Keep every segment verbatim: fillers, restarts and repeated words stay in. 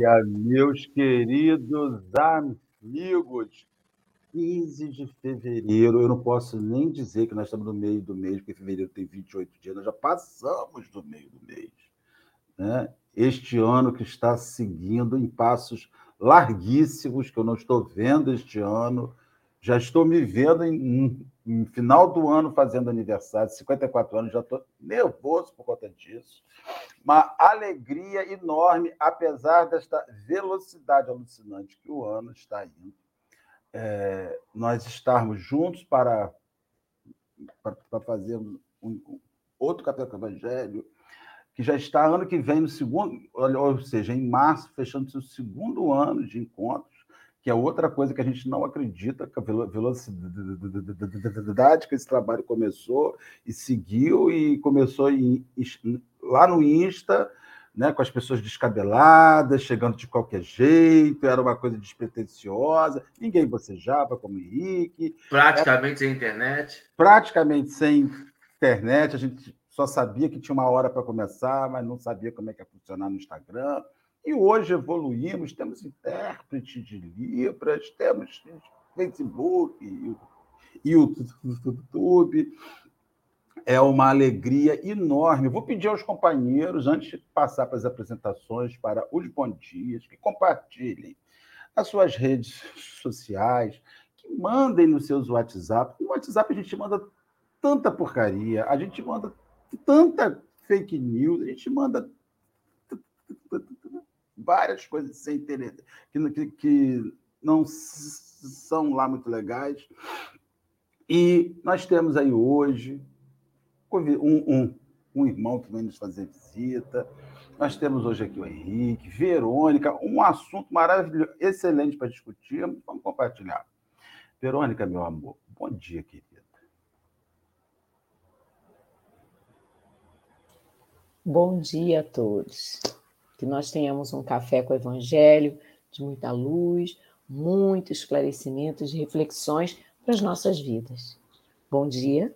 dia, meus queridos amigos. quinze de fevereiro, eu não posso nem dizer que nós estamos no meio do mês, porque fevereiro tem vinte e oito dias, nós já passamos do meio do mês, né? Este ano que está seguindo em passos larguíssimos, que eu não estou vendo este ano, já estou me vendo em, em final do ano fazendo aniversário, cinquenta e quatro anos, já estou nervoso por conta disso. Uma alegria enorme, apesar desta velocidade alucinante que o ano está indo. É, nós estarmos juntos para, para, para fazer um, um, outro Café com o Evangelho, que já está ano que vem no segundo, ou seja, em março, fechando o segundo ano de encontros, que é outra coisa que a gente não acredita, que a velocidade que esse trabalho começou e seguiu, e começou em, lá no Insta, né, com as pessoas descabeladas, chegando de qualquer jeito, era uma coisa despretensiosa, ninguém bocejava como Henrique. Praticamente sem internet. Praticamente sem internet, a gente só sabia que tinha uma hora para começar, mas não sabia como é que ia funcionar no Instagram. E hoje evoluímos, temos intérprete de Libras, temos Facebook, YouTube. É uma alegria enorme. Vou pedir aos companheiros, antes de passar para as apresentações, para os bons dias, que compartilhem as suas redes sociais, que mandem nos seus WhatsApp. No WhatsApp a gente manda tanta porcaria, a gente manda tanta fake news, a gente manda várias coisas sem interesse, que, que não são lá muito legais. E nós temos aí hoje um, um, um irmão que vem nos fazer visita. Nós temos hoje aqui o Henrique, Verônica, um assunto maravilhoso, excelente para discutir. Vamos compartilhar. Verônica, meu amor, bom dia, querida. Bom dia a todos. Que nós tenhamos um café com o Evangelho de muita luz, muito esclarecimento de reflexões para as nossas vidas. Bom dia.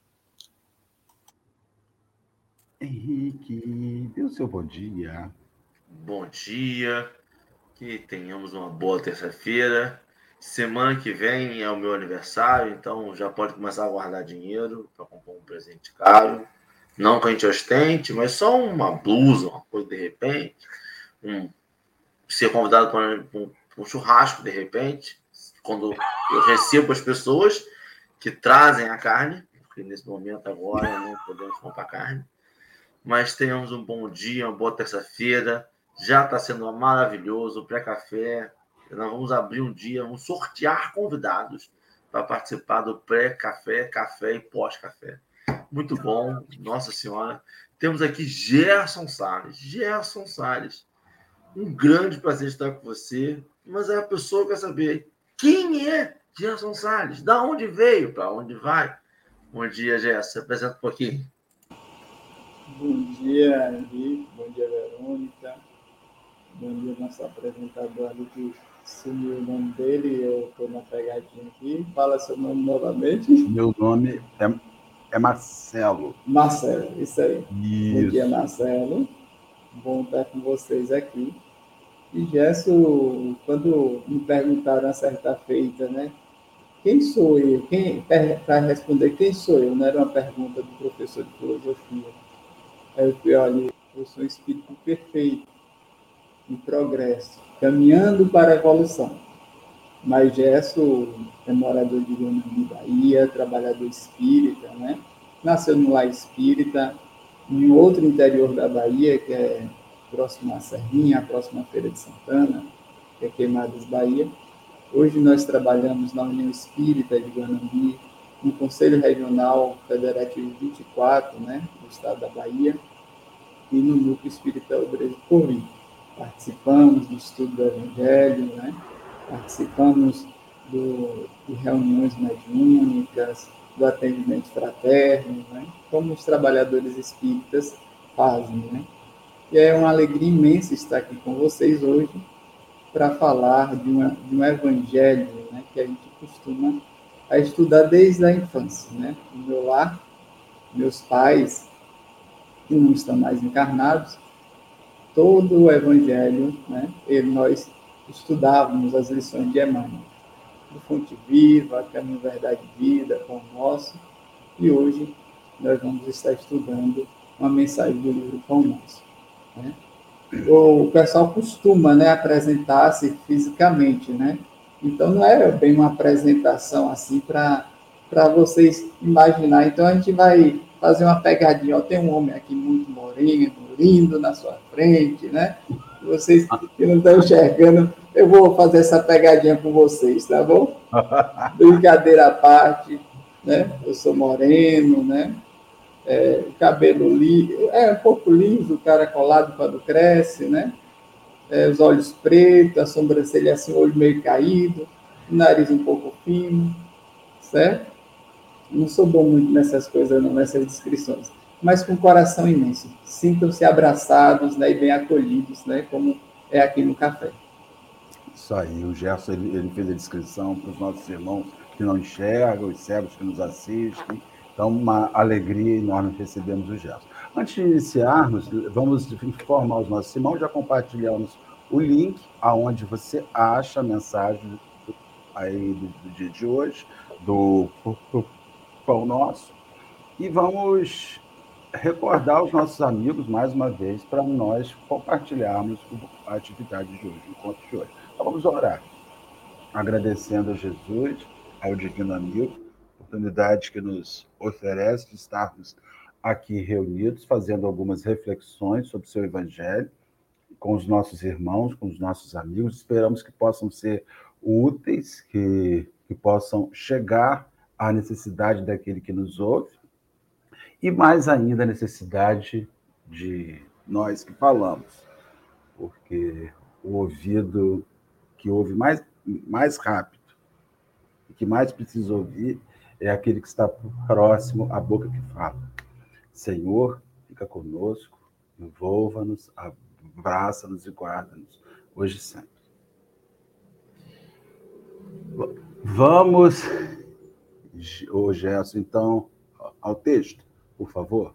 Henrique, dê o seu bom dia. Bom dia, que tenhamos uma boa terça-feira. Semana que vem é o meu aniversário, então já pode começar a guardar dinheiro para comprar um presente caro. Não que a gente ostente, mas só uma blusa, uma coisa de repente. Um, ser convidado para um, um churrasco de repente, quando eu recebo as pessoas que trazem a carne, porque nesse momento agora não podemos comprar carne. Mas tenhamos um bom dia, uma boa terça-feira. Já está sendo maravilhoso o pré-café. Nós vamos abrir um dia, vamos sortear convidados para participar do pré-café, café e pós-café. Muito bom, Nossa Senhora. Temos aqui Gerson Salles. Gerson Salles, um grande prazer estar com você, mas a pessoa quer saber quem é Gerson Salles, da onde veio, para onde vai. Bom dia, Gerson. Se apresenta um pouquinho. Bom dia, Henrique. Bom dia, Verônica. Bom dia, nosso apresentador ali, que sumiu o nome dele. Eu estou na pegadinha aqui. Fala seu nome novamente. Meu nome é, é Marcelo. Marcelo, isso aí. Isso. Bom dia, Marcelo. Bom estar com vocês aqui. E Gerson, quando me perguntaram a certa feita, né? Quem sou eu? Quem, para responder quem sou eu, não era uma pergunta do professor de filosofia. Aí eu fui, olha, eu sou um espírito perfeito, em progresso, caminhando para a evolução. Mas Gerson é morador de Guanambi, Bahia, trabalhador espírita, né? Nasceu no lar espírita, em outro interior da Bahia, que é próximo à Serrinha, próximo à Feira de Santana, que é Queimadas, Bahia. Hoje nós trabalhamos na União Espírita de Guanambi, no Conselho Regional Federativo vinte e quatro, né, do estado da Bahia, e no Núcleo Espírita Obreiro de Porvir. Participamos do estudo do Evangelho, né, participamos do, de reuniões mediúnicas, do atendimento fraterno, né, como os trabalhadores espíritas fazem. Né. E é uma alegria imensa estar aqui com vocês hoje para falar de, uma, de um Evangelho, né, que a gente costuma a estudar desde a infância. Né? No meu lar, meus pais, que não estão mais encarnados, todo o Evangelho, né? E nós estudávamos as lições de Emmanuel, do Fonte Viva, Caminho, Verdade e Vida, Pão Nosso, e hoje nós vamos estar estudando uma mensagem do livro Pão Nosso, né? O pessoal costuma, né, apresentar-se fisicamente, né? Então não é bem uma apresentação assim para para vocês imaginar. Então a gente vai fazer uma pegadinha. Ó, tem um homem aqui muito moreno, lindo na sua frente, né? Vocês que não estão enxergando, eu vou fazer essa pegadinha com vocês, tá bom? Brincadeira à parte, né? Eu sou moreno, né? É, cabelo liso, é um pouco liso, o cara colado quando cresce, né? É, os olhos pretos, a sobrancelha assim, o olho meio caído, o nariz um pouco fino, certo? Não sou bom muito nessas coisas, não, nessas descrições, mas com coração imenso. Sintam-se abraçados, né, e bem acolhidos, né, como é aqui no café. Isso aí, o Gerson ele, ele fez a descrição para os nossos irmãos que não enxergam, os cegos que nos assistem. Então, uma alegria enorme recebemos o Gerson. Antes de iniciarmos, vamos informar os nossos irmãos, já compartilhamos o link aonde você acha a mensagem do, aí do, do dia de hoje, do Pão Nosso, e vamos recordar os nossos amigos, mais uma vez, para nós compartilharmos a atividade de hoje, o encontro de hoje. Então, vamos orar, agradecendo a Jesus, ao Divino Amigo, a oportunidade que nos oferece de estarmos aqui reunidos, fazendo algumas reflexões sobre o seu Evangelho, com os nossos irmãos, com os nossos amigos. Esperamos que possam ser úteis, que, que possam chegar à necessidade daquele que nos ouve, e mais ainda a necessidade de nós que falamos, porque o ouvido que ouve mais, mais rápido e que mais precisa ouvir é aquele que está próximo à boca que fala. Senhor, fica conosco, envolva-nos, abraça-nos e guarda-nos, hoje e sempre. Vamos, ô Gerson, então, ao texto, por favor.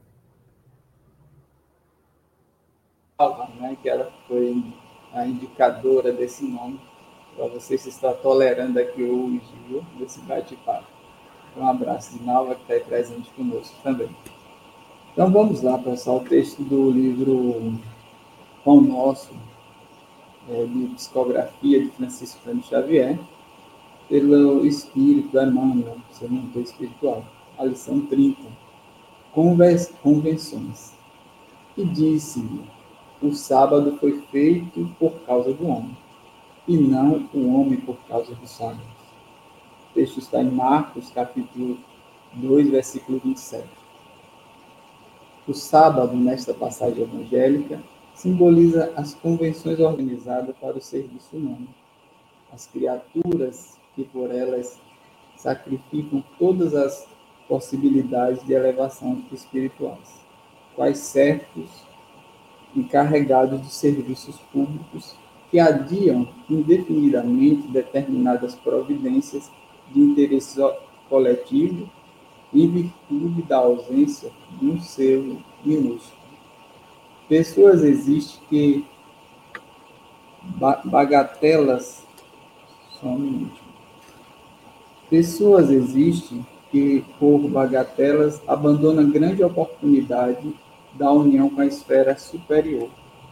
Né, que ela foi a indicadora desse nome, para vocês estar tolerando aqui hoje, viu, desse bate-papo. Um abraço de Nalva, que está aí presente conosco também. Então vamos lá, pessoal, o texto do livro Pão Nosso, é, de psicografia de Francisco Cândido Xavier, pelo Espírito Emmanuel, seu mentor espiritual, a lição trinta, Convenções. E disse-lhe: o sábado foi feito por causa do homem, e não o homem por causa do sábado. O texto está em Marcos, capítulo dois, versículo vinte e sete. O sábado, nesta passagem evangélica, simboliza as convenções organizadas para o serviço humano. As criaturas que por elas sacrificam todas as possibilidades de elevação espirituais, quais certos encarregados de serviços públicos que adiam indefinidamente determinadas providências de interesse coletivo em virtude da ausência de um selo minúsculo. Pessoas existem que bagatelas só um minuto. Pessoas existem que, por bagatelas, abandonam grande oportunidade da união com a esfera superior.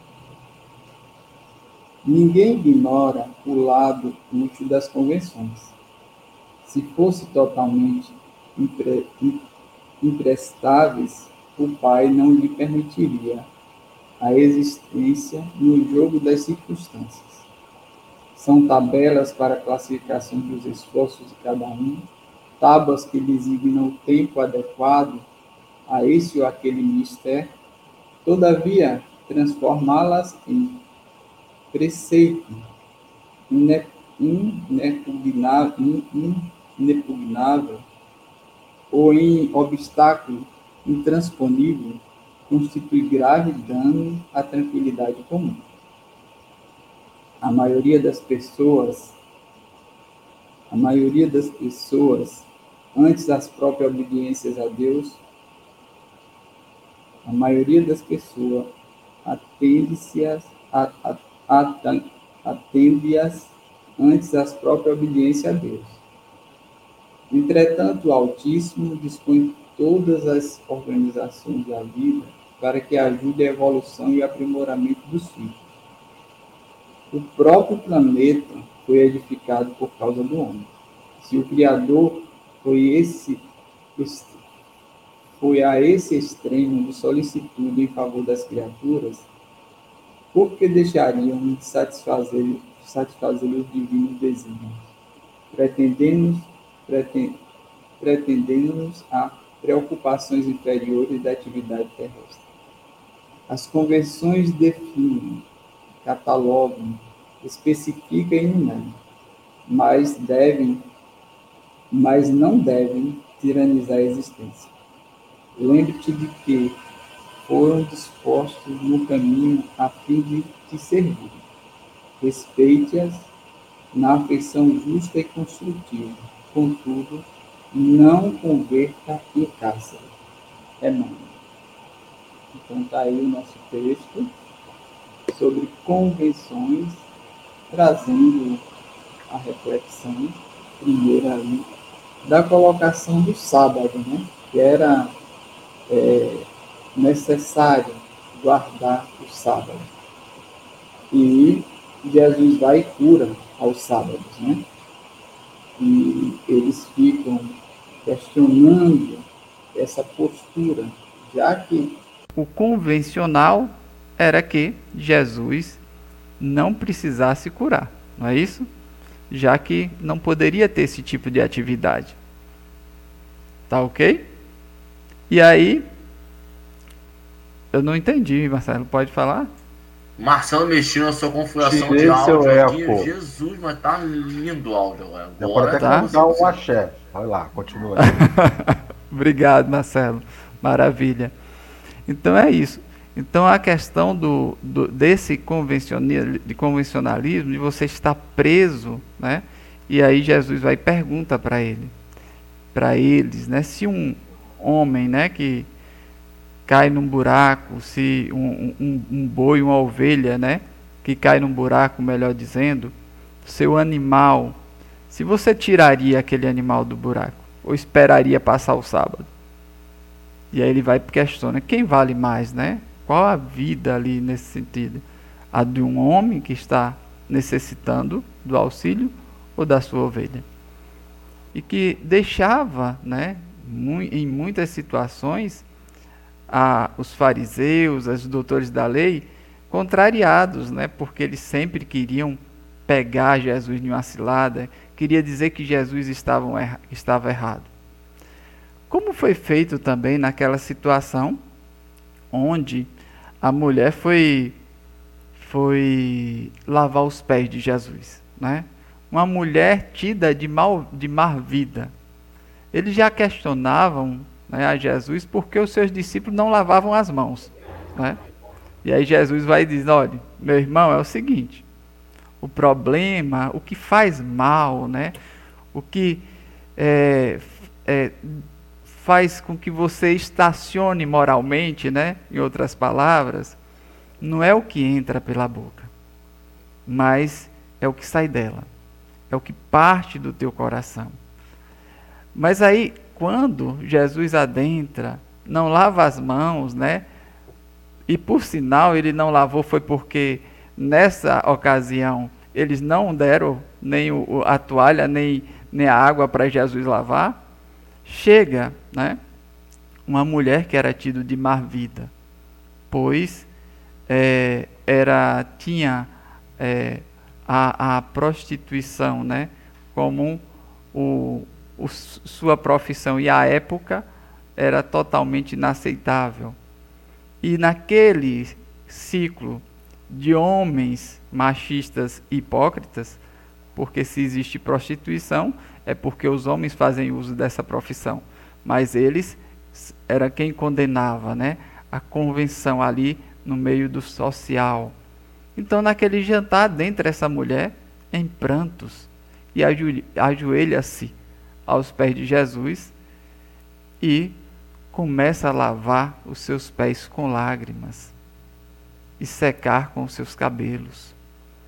Ninguém ignora o lado útil das convenções. Se fosse totalmente impre, imprestáveis, o Pai não lhe permitiria a existência no jogo das circunstâncias. São tabelas para a classificação dos esforços de cada um, tábuas que designam o tempo adequado a esse ou aquele mistério. Todavia, transformá-las em preceito inexpugnável, inexpugnável ou em obstáculo intransponível constitui grave dano à tranquilidade comum. A maioria das pessoas, a maioria das pessoas, antes das próprias obediências a Deus, a maioria das pessoas, atende-se-as a- a- a- atende-as antes às própria obediência a Deus. Entretanto, o Altíssimo dispõe todas as organizações da vida para que ajude a evolução e aprimoramento dos filhos. O próprio planeta foi edificado por causa do homem. Se o Criador foi, esse, foi a esse extremo de solicitude em favor das criaturas, por que deixariam de satisfazer, satisfazer os divinos desígnios, pretendendo, pretend, pretendendo-nos a preocupações inferiores da atividade terrestre? As convenções definem, catalogam, especificam e enumeram, mas devem, mas não devem tiranizar a existência. Lembre-te de que foram dispostos no caminho a fim de te servir. Respeite-as na afeição justa e construtiva. Contudo, não converta em cárcere. É mano. Então está aí o nosso texto sobre convenções, trazendo a reflexão, primeiro ali, da colocação do sábado, né? Que era é, necessário guardar o sábado. E Jesus vai e cura aos sábados, né? E eles ficam questionando essa postura, já que o convencional era que Jesus não precisasse curar, não é isso? Já que não poderia ter esse tipo de atividade. Tá ok? E aí, eu não entendi, Marcelo, pode falar? Marcelo mexeu na sua configuração Tirei de áudio seu aqui. eco. Jesus, mas tá lindo o áudio agora. Já pode até tá? cantar um axé. Vai lá, continua. Obrigado, Marcelo. Maravilha. Então é isso. Então a questão do, do, desse convencionalismo, de convencionalismo, de você estar preso, né? E aí Jesus vai e pergunta para ele, para eles, né? Se um homem, né, que cai num buraco, se um, um, um boi, uma ovelha, né, que cai num buraco, melhor dizendo, seu animal, se você tiraria aquele animal do buraco, ou esperaria passar o sábado? E aí ele vai e questiona, quem vale mais, né? Qual a vida ali nesse sentido? A de um homem que está necessitando do auxílio ou da sua ovelha? E que deixava, né, em muitas situações, a, os fariseus, os doutores da lei, contrariados, né, porque eles sempre queriam pegar Jesus em uma cilada, queria dizer que Jesus estava, erra, estava errado. Como foi feito também naquela situação onde a mulher foi, foi lavar os pés de Jesus, né? Uma mulher tida de, mal, de má vida. Eles já questionavam, né, a Jesus porque os seus discípulos não lavavam as mãos, né? E aí Jesus vai e diz, olha, meu irmão, é o seguinte, o problema, o que faz mal, né, o que é, é, faz com que você estacione moralmente, né, em outras palavras, não é o que entra pela boca, mas é o que sai dela, é o que parte do teu coração. Mas aí, quando Jesus adentra, não lava as mãos, né? E por sinal, ele não lavou foi porque nessa ocasião eles não deram nem o, a toalha, nem, nem a água para Jesus lavar. Chega, né, uma mulher que era tida de má vida, pois é, era, tinha é, a, a prostituição, né, como o, o, sua profissão, e a época era totalmente inaceitável. E naquele ciclo de homens machistas hipócritas, porque se existe prostituição, é porque os homens fazem uso dessa profissão. Mas eles, era quem condenava, né, a convenção ali no meio do social. Então, naquele jantar, dentre essa mulher, em prantos, e ajoelha-se aos pés de Jesus e começa a lavar os seus pés com lágrimas. e secar com os seus cabelos.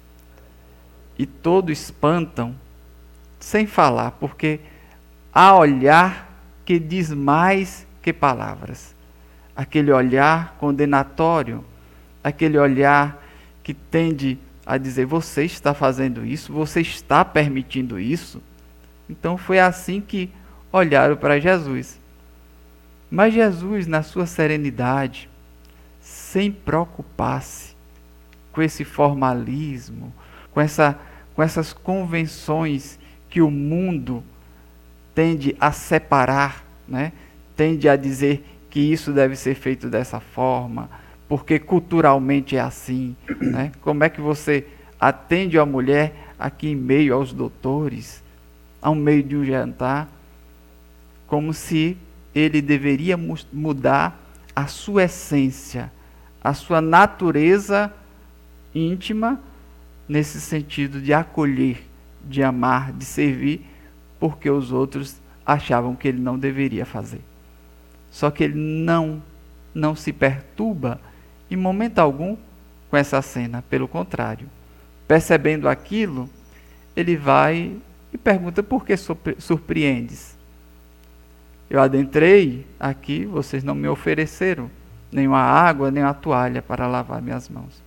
E todos espantam, sem falar, porque há olhar que diz mais que palavras. Aquele olhar condenatório, aquele olhar que tende a dizer, você está fazendo isso, você está permitindo isso. Então foi assim que olharam para Jesus. Mas Jesus, na sua serenidade, sem preocupar-se com esse formalismo, com, essa, com essas convenções que o mundo tende a separar, né? Tende a dizer que isso deve ser feito dessa forma, porque culturalmente é assim, né? Como é que você atende a mulher aqui em meio aos doutores, ao meio de um jantar, como se ele deveria mudar a sua essência, a sua natureza íntima, nesse sentido de acolher, de amar, de servir, porque os outros achavam que ele não deveria fazer. Só que ele não, não se perturba em momento algum com essa cena, pelo contrário. Percebendo aquilo, ele vai e pergunta, por que surpreendes? Eu adentrei aqui, vocês não me ofereceram nenhuma água, nem uma toalha para lavar minhas mãos.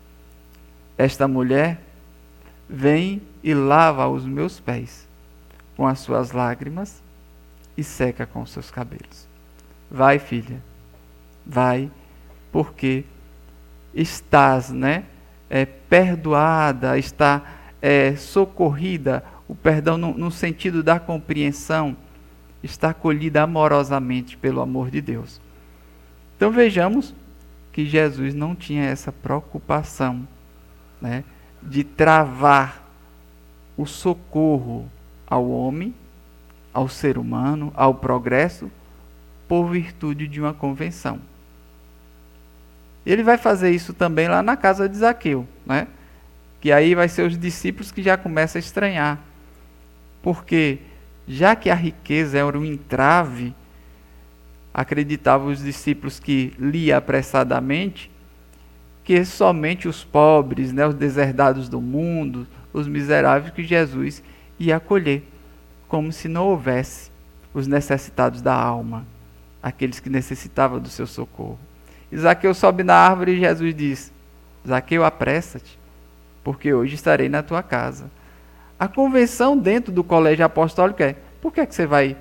Esta mulher vem e lava os meus pés com as suas lágrimas e seca com os seus cabelos. Vai, filha, vai, porque estás, né, é, perdoada, está é, socorrida, o perdão no, no sentido da compreensão, está acolhida amorosamente pelo amor de Deus. Então vejamos que Jesus não tinha essa preocupação, né, de travar o socorro ao homem, ao ser humano, ao progresso, por virtude de uma convenção. Ele vai fazer isso também lá na casa de Zaqueu, né? Que aí vai ser os discípulos que já começam a estranhar. Porque, já que a riqueza era um entrave, acreditavam os discípulos que lia apressadamente, que somente os pobres, né, os deserdados do mundo, os miseráveis que Jesus ia acolher, como se não houvesse os necessitados da alma, aqueles que necessitavam do seu socorro. E Zaqueu sobe na árvore e Jesus diz, Zaqueu, apressa-te, porque hoje estarei na tua casa. A convenção dentro do colégio apostólico é, por que, é que você vai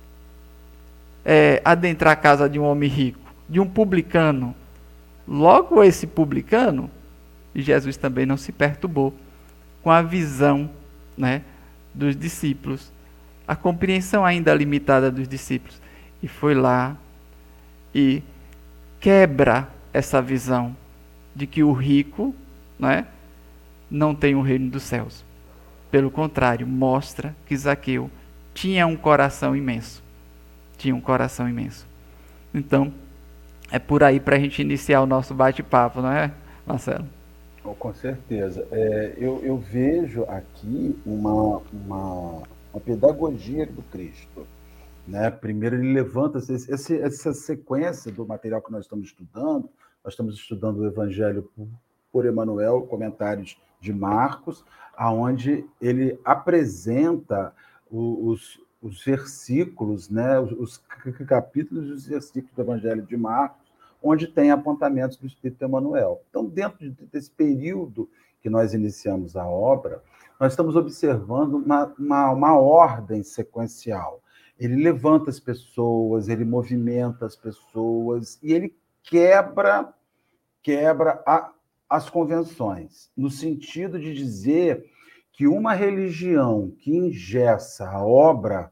é, adentrar a casa de um homem rico, de um publicano? Logo esse publicano, e Jesus também não se perturbou com a visão, né, dos discípulos, a compreensão ainda limitada dos discípulos, e foi lá e quebra essa visão de que o rico, né, não tem o reino dos céus. Pelo contrário, mostra que Zaqueu tinha um coração imenso. Tinha um coração imenso. Então, é por aí para a gente iniciar o nosso bate-papo, não é, Marcelo? Oh, com certeza. É, eu, eu vejo aqui uma, uma, uma pedagogia do Cristo. Né? Primeiro, ele levanta esse, esse, essa sequência do material que nós estamos estudando. Nós estamos estudando o Evangelho por, por Emmanuel, comentários de Marcos, aonde ele apresenta os, os versículos, né? os, os capítulos dos versículos do Evangelho de Marcos, onde tem apontamentos do Espírito Emmanuel. Então, dentro desse período que nós iniciamos a obra, nós estamos observando uma, uma, uma ordem sequencial. Ele levanta as pessoas, ele movimenta as pessoas e ele quebra, quebra a, as convenções, no sentido de dizer que uma religião que engessa a obra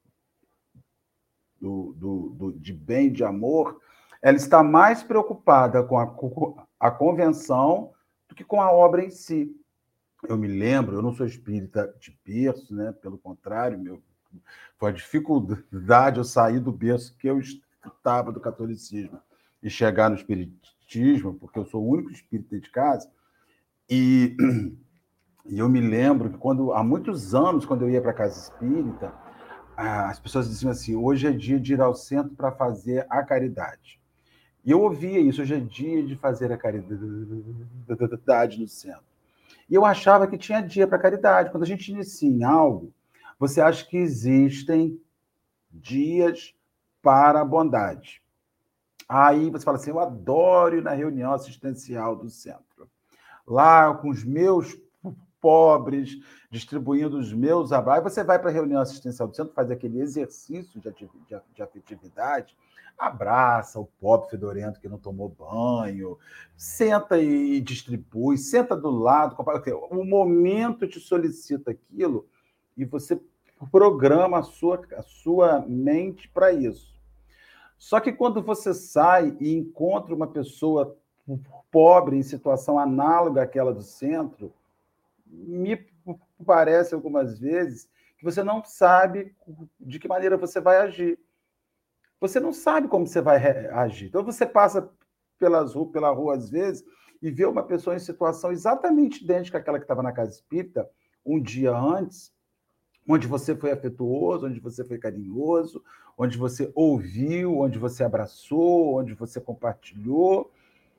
do, do, do, de bem, de amor, ela está mais preocupada com a, a convenção do que com a obra em si. Eu me lembro, eu não sou espírita de berço, né? Pelo contrário, meu, foi a dificuldade eu sair do berço que eu estava do catolicismo e chegar no espiritismo, porque eu sou o único espírita de casa. E, e eu me lembro que quando, há muitos anos, quando eu ia para a casa espírita, as pessoas diziam assim, hoje é dia de ir ao centro para fazer a caridade. E eu ouvia isso, hoje é dia de fazer a caridade no centro. E eu achava que tinha dia para caridade. Quando a gente inicia em algo, você acha que existem dias para a bondade. Aí você fala assim, eu adoro ir na reunião assistencial do centro. Lá com os meus pobres, distribuindo os meus abraços. Você vai para a reunião assistencial do centro, faz aquele exercício de, ati- de, de afetividade, abraça o pobre fedorento que não tomou banho, senta e distribui, senta do lado. O momento te solicita aquilo e você programa a sua, a sua mente para isso. Só que quando você sai e encontra uma pessoa pobre em situação análoga àquela do centro, me parece algumas vezes que você não sabe de que maneira você vai agir. Você não sabe como você vai agir. Então você passa pelas ruas, pela rua às vezes e vê uma pessoa em situação exatamente idêntica àquela que estava na casa espírita um dia antes, onde você foi afetuoso, onde você foi carinhoso, onde você ouviu, onde você abraçou, onde você compartilhou,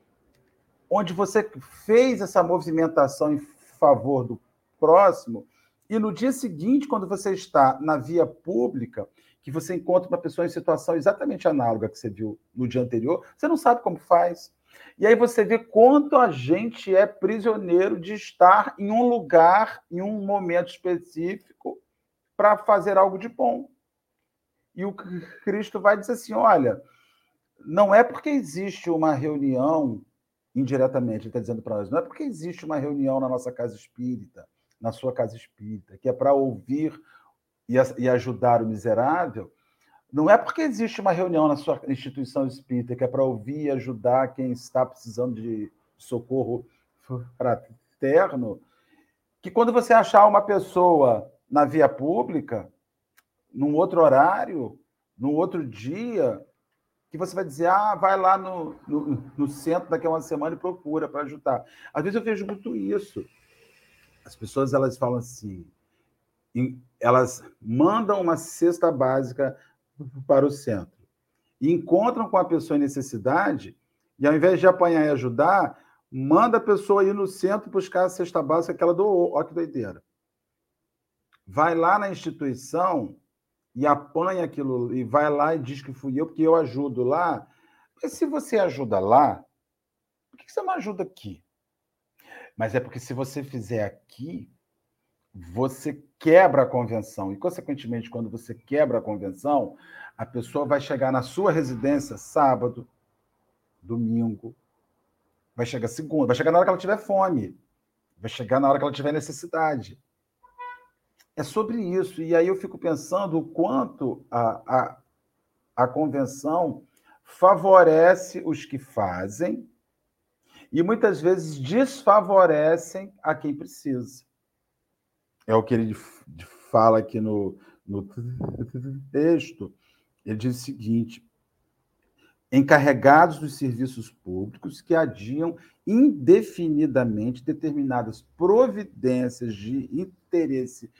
onde você fez essa movimentação em favor do próximo, e no dia seguinte, quando você está na via pública, que você encontra uma pessoa em situação exatamente análoga que você viu no dia anterior, você não sabe como faz. E aí você vê quanto a gente é prisioneiro de estar em um lugar, em um momento específico, para fazer algo de bom. E o Cristo vai dizer assim, olha, não é porque existe uma reunião, indiretamente, ele está dizendo para nós, não é porque existe uma reunião na nossa casa espírita, na sua casa espírita, que é para ouvir e ajudar o miserável, não é porque existe uma reunião na sua instituição espírita, que é para ouvir e ajudar quem está precisando de socorro fraterno, que quando você achar uma pessoa na via pública, num outro horário, num outro dia, que você vai dizer, ah, vai lá no, no, no centro daqui a uma semana e procura para ajudar. Às vezes eu vejo muito isso. As pessoas, elas falam assim, elas mandam uma cesta básica para o centro e encontram com a pessoa em necessidade e, ao invés de apanhar e ajudar, manda a pessoa ir no centro buscar a cesta básica que ela doou. Olha que doideira. Vai lá na instituição e apanha aquilo, e vai lá e diz que fui eu, porque eu ajudo lá. Porque se você ajuda lá, por que você não ajuda aqui? Mas é porque se você fizer aqui, você quebra a convenção. E, consequentemente, quando você quebra a convenção, a pessoa vai chegar na sua residência sábado, domingo, vai chegar segunda, vai chegar na hora que ela tiver fome, vai chegar na hora que ela tiver necessidade. É sobre isso. E aí eu fico pensando o quanto a, a, a convenção favorece os que fazem e muitas vezes desfavorecem a quem precisa. É o que ele fala aqui no, no texto. Ele diz o seguinte: encarregados dos serviços públicos que adiam indefinidamente determinadas providências de interesse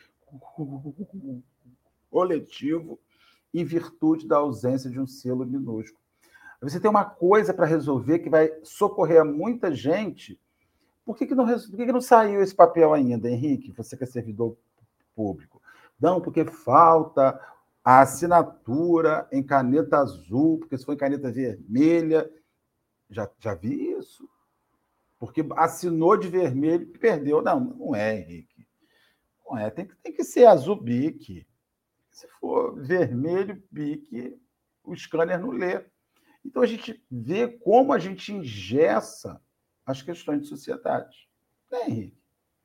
coletivo em virtude da ausência de um selo minúsculo. Você tem uma coisa para resolver que vai socorrer a muita gente. Por que, que, não, por que, que não saiu esse papel ainda, Henrique? Você que é servidor público. Não, porque falta a assinatura em caneta azul, porque se for em caneta vermelha. Já, já vi isso. Porque assinou de vermelho e perdeu. Não, não é, Henrique. Não é, tem que, tem que ser azul bique. Se for vermelho bique, o scanner não lê. Então a gente vê como a gente engessa as questões de sociedade. Né, Henrique?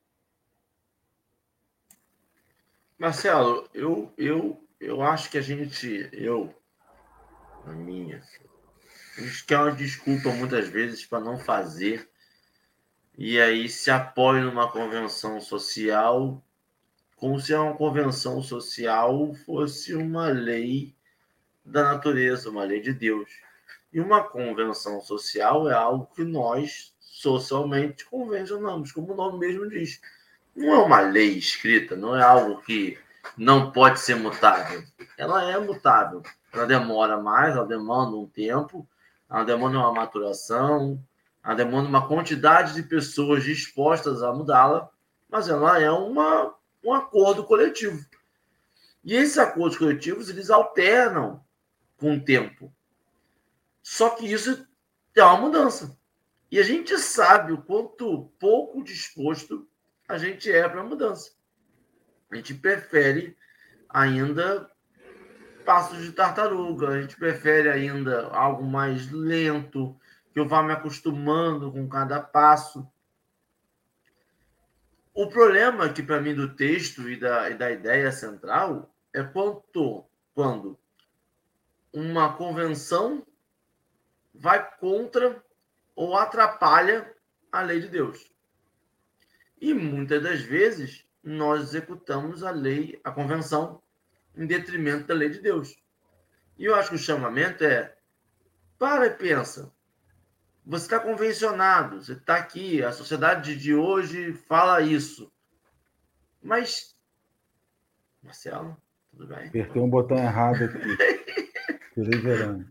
Marcelo, eu, eu, eu acho que a gente, eu, a minha, a gente quer uma desculpa muitas vezes para não fazer, e aí se apoia numa convenção social, como se uma convenção social fosse uma lei da natureza, uma lei de Deus. E uma convenção social é algo que nós socialmente convencionamos, como o nome mesmo diz. Não é uma lei escrita, não é algo que não pode ser mutável. Ela é mutável. Ela demora mais, ela demanda um tempo, ela demanda uma maturação, ela demanda uma quantidade de pessoas dispostas a mudá-la, mas ela é uma, um acordo coletivo. E esses acordos coletivos, eles alternam com o tempo. Só que isso é uma mudança. E a gente sabe o quanto pouco disposto a gente é para a mudança. A gente prefere ainda passos de tartaruga, a gente prefere ainda algo mais lento, que eu vá me acostumando com cada passo. O problema aqui, para mim, do texto e da, e da ideia central é quanto, quando uma convenção vai contra ou atrapalha a lei de Deus. E muitas das vezes nós executamos a lei, a convenção, em detrimento da lei de Deus. E eu acho que o chamamento é: para e pensa. Você está convencionado, você está aqui, a sociedade de hoje fala isso. Mas, Marcelo, tudo bem? Apertei um botão errado aqui. Tirei verão.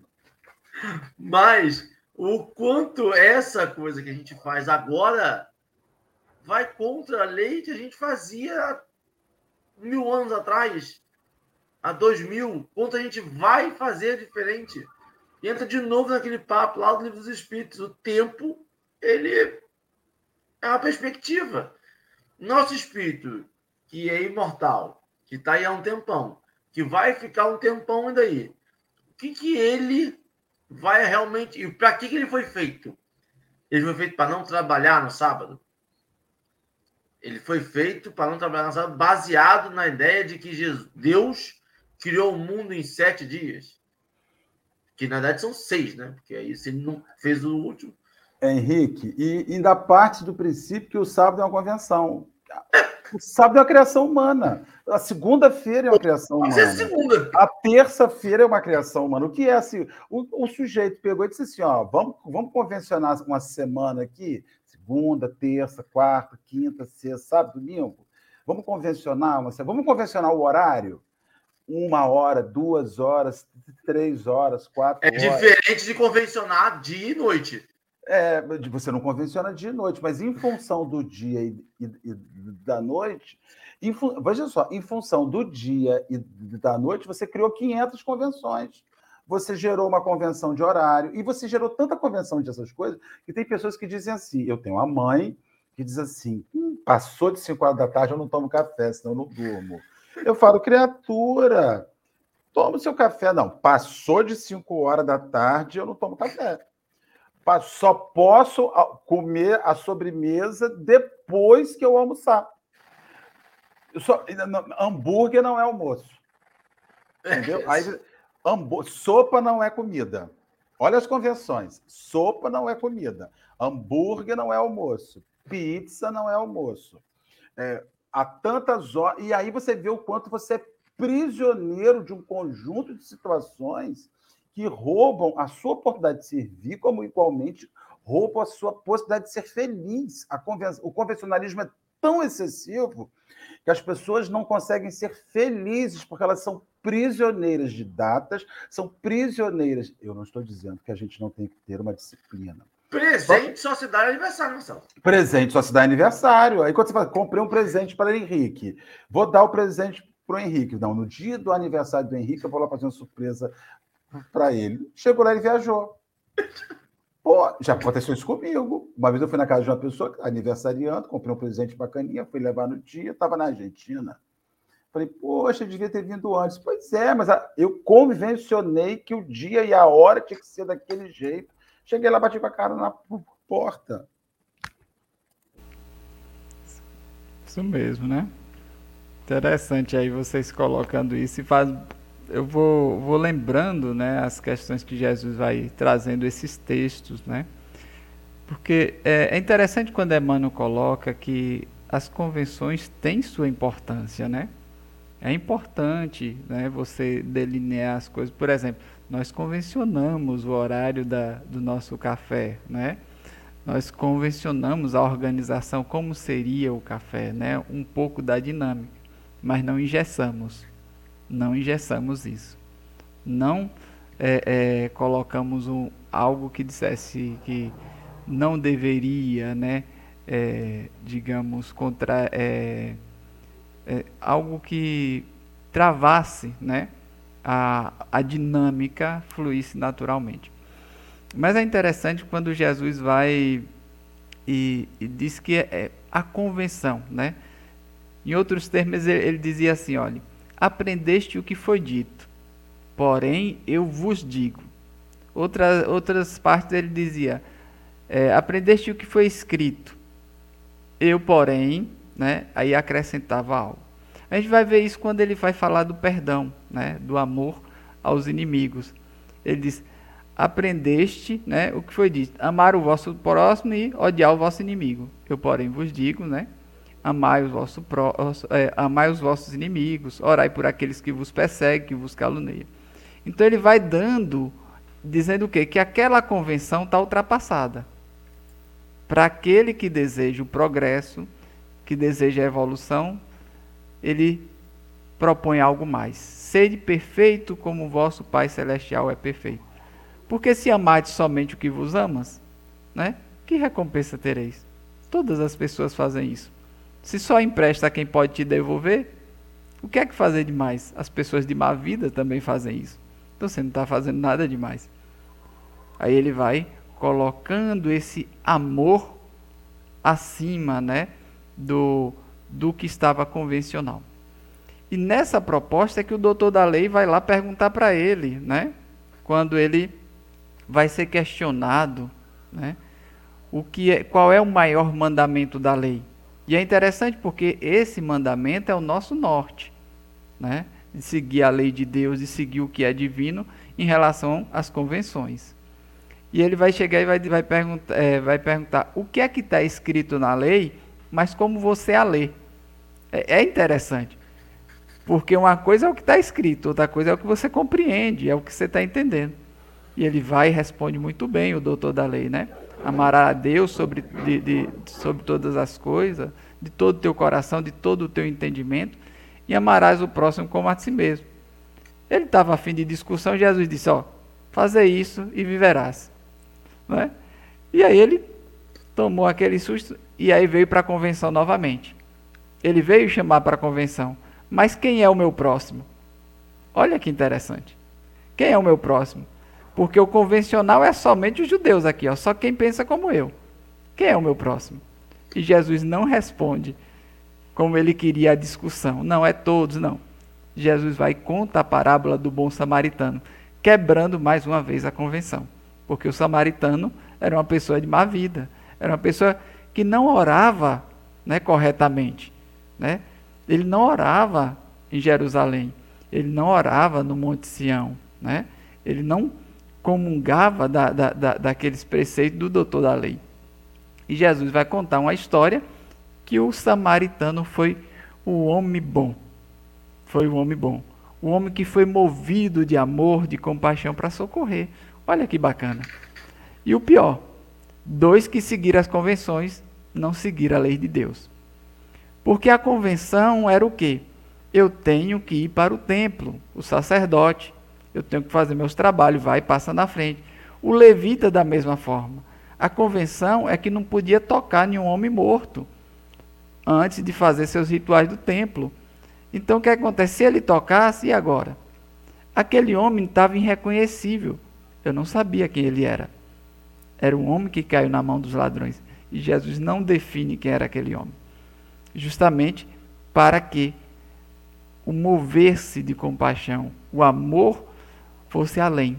Mas o quanto essa coisa que a gente faz agora vai contra a lei que a gente fazia há mil anos atrás, há dois mil, quanto a gente vai fazer diferente. E entra de novo naquele papo lá do Livro dos Espíritos. O tempo, ele é uma perspectiva. Nosso espírito, que é imortal, que está aí há um tempão, que vai ficar um tempão ainda aí, o que, que ele vai realmente... E para que, que ele foi feito? Ele foi feito para não trabalhar no sábado? Ele foi feito para não trabalhar no sábado, baseado na ideia de que Jesus, Deus criou o mundo em sete dias. Que na verdade são seis, né? Porque aí se ele não fez o último. Henrique, e ainda parte do princípio que o sábado é uma convenção. O sábado é uma criação humana. A segunda-feira é uma criação humana. Mas é segunda. A terça-feira é uma criação humana. O que é assim? O, o sujeito pegou e disse assim: ó, vamos, vamos convencionar uma semana aqui, segunda, terça, quarta, quinta, sexta, sábado, domingo. Vamos convencionar uma semana. Vamos convencionar o horário? Uma hora, duas horas, três horas, quatro É horas. diferente de convencionar dia e noite. É, você não convenciona dia e noite, mas em função do dia e, e, e da noite, em, veja só, em função do dia e da noite, você criou quinhentas convenções. Você gerou uma convenção de horário e você gerou tanta convenção dessas coisas que tem pessoas que dizem assim, eu tenho uma mãe que diz assim, hum, passou de cinco horas da tarde, eu não tomo café, senão eu não durmo. Eu falo, criatura, toma o seu café. Não, passou de cinco horas da tarde, eu não tomo café. Só posso comer a sobremesa depois que eu almoçar. Eu só, hambúrguer não é almoço. Entendeu? Aí, hambú, sopa não é comida. Olha as convenções. Sopa não é comida. Hambúrguer não é almoço. Pizza não é almoço. É, há tantas horas. E aí você vê o quanto você é prisioneiro de um conjunto de situações que roubam a sua oportunidade de servir, como igualmente roubam a sua possibilidade de ser feliz. A conven... O convencionalismo é tão excessivo que as pessoas não conseguem ser felizes porque elas são prisioneiras de datas, são prisioneiras... Eu não estou dizendo que a gente não tem que ter uma disciplina. Presente só se dá aniversário, Marcelo. Presente só se dá aniversário. Aí quando você fala, comprei um presente para o Henrique, vou dar o presente para o Henrique. Não, no dia do aniversário do Henrique, eu vou lá fazer uma surpresa para ele. Chegou lá e viajou. Pô, já aconteceu isso comigo. Uma vez eu fui na casa de uma pessoa, aniversariando, comprei um presente bacaninha, fui levar no dia, estava na Argentina. Falei, poxa, eu devia ter vindo antes. Pois é, mas eu convencionei que o dia e a hora tinha que ser daquele jeito. Cheguei lá, bati com a cara na porta. Isso mesmo, né? Interessante aí vocês colocando isso e faz... Eu vou, vou lembrando, né, as questões que Jesus vai trazendo esses textos, né? Porque é, é interessante quando Emmanuel coloca que as convenções têm sua importância, né? É importante, né, você delinear as coisas. Por exemplo, nós convencionamos o horário da, do nosso café, né? Nós convencionamos a organização, como seria o café, né? Um pouco da dinâmica, mas não engessamos. Não engessamos isso. Não é, é, colocamos um, algo que dissesse que não deveria, né, é, digamos, contra, é, é, algo que travasse, né, a, a dinâmica fluísse naturalmente. Mas é interessante quando Jesus vai e, e diz que é, é a convenção, né? Em outros termos, ele, ele dizia assim, olha, aprendeste o que foi dito, porém eu vos digo. Outra, outras partes ele dizia, é, aprendeste o que foi escrito, eu, porém, né, aí acrescentava algo. A gente vai ver isso quando ele vai falar do perdão, né, do amor aos inimigos. Ele diz, aprendeste, né, o que foi dito, amar o vosso próximo e odiar o vosso inimigo. Eu, porém, vos digo, né, amai os, vosso pró, é, amai os vossos inimigos, orai por aqueles que vos perseguem, que vos caluniam. Então ele vai dando, dizendo o quê? Que aquela convenção está ultrapassada. Para aquele que deseja o progresso, que deseja a evolução, ele propõe algo mais. Sede perfeito como o vosso Pai Celestial é perfeito. Porque se amardes somente o que vos amas, né, que recompensa tereis? Todas as pessoas fazem isso. Se só empresta a quem pode te devolver, o que é que fazer demais? As pessoas de má vida também fazem isso. Então você não está fazendo nada demais. Aí ele vai colocando esse amor acima, né, do, do que estava convencional. E nessa proposta é que o doutor da lei vai lá perguntar para ele, né, quando ele vai ser questionado, né, o que é, qual é o maior mandamento da lei. E é interessante porque esse mandamento é o nosso norte, né, de seguir a lei de Deus e seguir o que é divino em relação às convenções. E ele vai chegar e vai, vai, perguntar, é, vai perguntar o que é que está escrito na lei, mas como você a lê. É, é interessante, porque uma coisa é o que está escrito, outra coisa é o que você compreende, é o que você está entendendo. E ele vai e responde muito bem, o doutor da lei, né? Amará a Deus sobre, de, de, sobre todas as coisas, de todo o teu coração, de todo o teu entendimento, e amarás o próximo como a ti mesmo. Ele estava a fim de discussão, Jesus disse, ó, fazer isso e viverás. Não é? E aí ele tomou aquele susto e aí veio para a convenção novamente. Ele veio chamar para a convenção, mas quem é o meu próximo? Olha que interessante. Quem é o meu próximo? Porque o convencional é somente os judeus aqui, ó, só quem pensa como eu. Quem é o meu próximo? E Jesus não responde como ele queria a discussão. Não, é todos, não. Jesus vai contar a parábola do bom samaritano, quebrando mais uma vez a convenção. Porque o samaritano era uma pessoa de má vida, era uma pessoa que não orava, né, corretamente. Né? Ele não orava em Jerusalém, ele não orava no Monte Sião, né? Ele não comungava da, da, da, daqueles preceitos do doutor da lei. E Jesus vai contar uma história que o samaritano foi o homem bom. Foi o homem bom. O homem que foi movido de amor, de compaixão para socorrer. Olha que bacana. E o pior, dois que seguiram as convenções, não seguiram a lei de Deus. Porque a convenção era o quê? Eu tenho que ir para o templo, o sacerdote. Eu tenho que fazer meus trabalhos, vai e passa na frente. O levita da mesma forma. A convenção é que não podia tocar nenhum homem morto antes de fazer seus rituais do templo. Então o que acontece? Se ele tocasse, e agora? Aquele homem estava irreconhecível. Eu não sabia quem ele era. Era um homem que caiu na mão dos ladrões. E Jesus não define quem era aquele homem. Justamente para que o mover-se de compaixão, o amor, fosse além.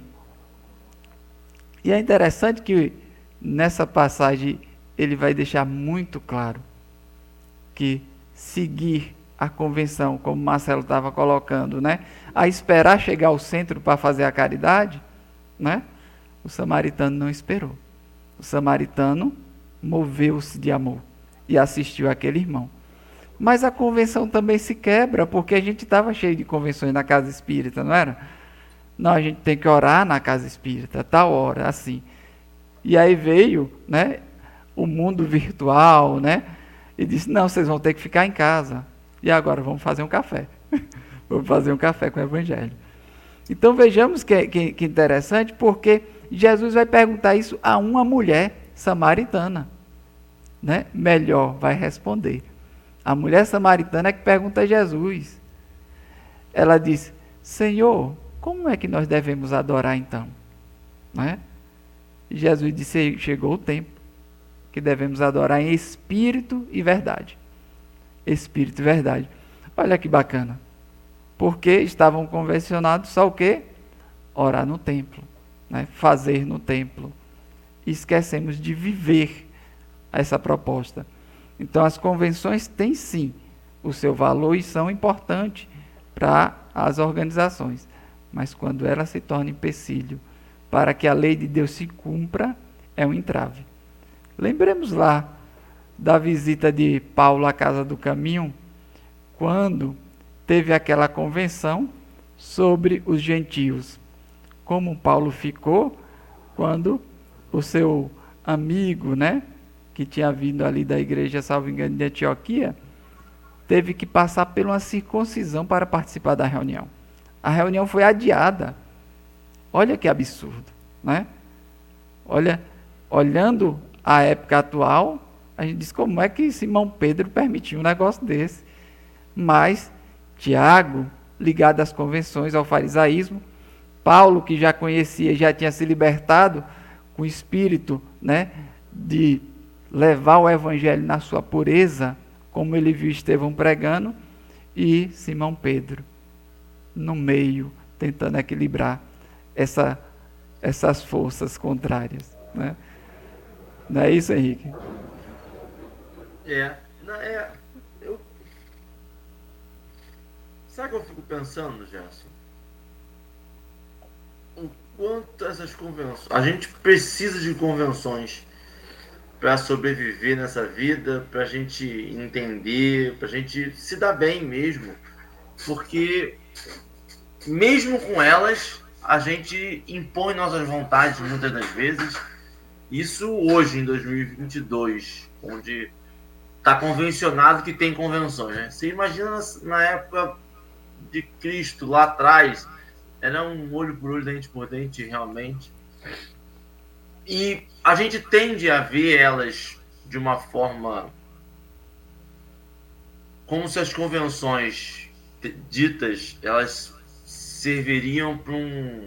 E é interessante que nessa passagem ele vai deixar muito claro que seguir a convenção, como Marcelo estava colocando, né, a esperar chegar ao centro para fazer a caridade, né, o samaritano não esperou. O samaritano moveu-se de amor e assistiu aquele irmão. Mas a convenção também se quebra, porque a gente estava cheio de convenções na casa espírita, não era? Não, a gente tem que orar na casa espírita, tal hora, assim. E aí veio, né, o mundo virtual, né, e disse, não, vocês vão ter que ficar em casa. E agora vamos fazer um café. Vamos fazer um café com o Evangelho. Então vejamos que, que, que interessante, porque Jesus vai perguntar isso a uma mulher samaritana, né? Melhor vai responder. A mulher samaritana é que pergunta a Jesus. Ela diz: Senhor, como é que nós devemos adorar então? Né? E Jesus disse: chegou o tempo que devemos adorar em espírito e verdade. Espírito e verdade. Olha que bacana. Porque estavam convencionados só o quê? Orar no templo, né? Fazer no templo. E esquecemos de viver essa proposta. Então as convenções têm sim o seu valor e são importantes para as organizações. Mas quando ela se torna empecilho para que a lei de Deus se cumpra, é um entrave. Lembremos lá da visita de Paulo à Casa do Caminho, quando teve aquela convenção sobre os gentios. Como Paulo ficou quando o seu amigo, né, que tinha vindo ali da igreja, salvo engano, de Antioquia, teve que passar por uma circuncisão para participar da reunião. A reunião foi adiada. Olha que absurdo, né? Olha, olhando a época atual, a gente diz como é que Simão Pedro permitiu um negócio desse. Mas Tiago, ligado às convenções, ao farisaísmo, Paulo, que já conhecia, já tinha se libertado com o espírito, né, de levar o evangelho na sua pureza, como ele viu Estevão pregando, e Simão Pedro, no meio, tentando equilibrar essa, essas forças contrárias. Né? Não é isso, Henrique? É, não, é eu, sabe o que eu fico pensando, Gerson? O quanto essas convenções... A gente precisa de convenções para sobreviver nessa vida, para a gente entender, para a gente se dar bem mesmo. Porque, mesmo com elas, a gente impõe nossas vontades muitas das vezes. Isso hoje, em dois mil e vinte e dois, onde está convencionado que tem convenções. Né? Você imagina na época de Cristo, lá atrás, era um olho por olho, dente por dente, realmente. E a gente tende a ver elas de uma forma como se as convenções ditas, elas serviriam para um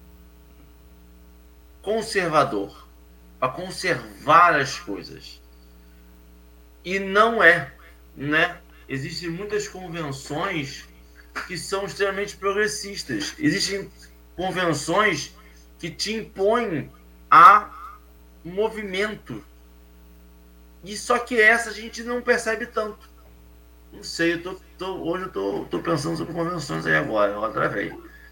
conservador, para conservar as coisas. E não é, né? Existem muitas convenções que são extremamente progressistas. Existem convenções que te impõem a movimento. E só que essa a gente não percebe tanto. Não sei, eu tô, tô, hoje eu tô, tô pensando sobre convenções aí agora, eu atravei.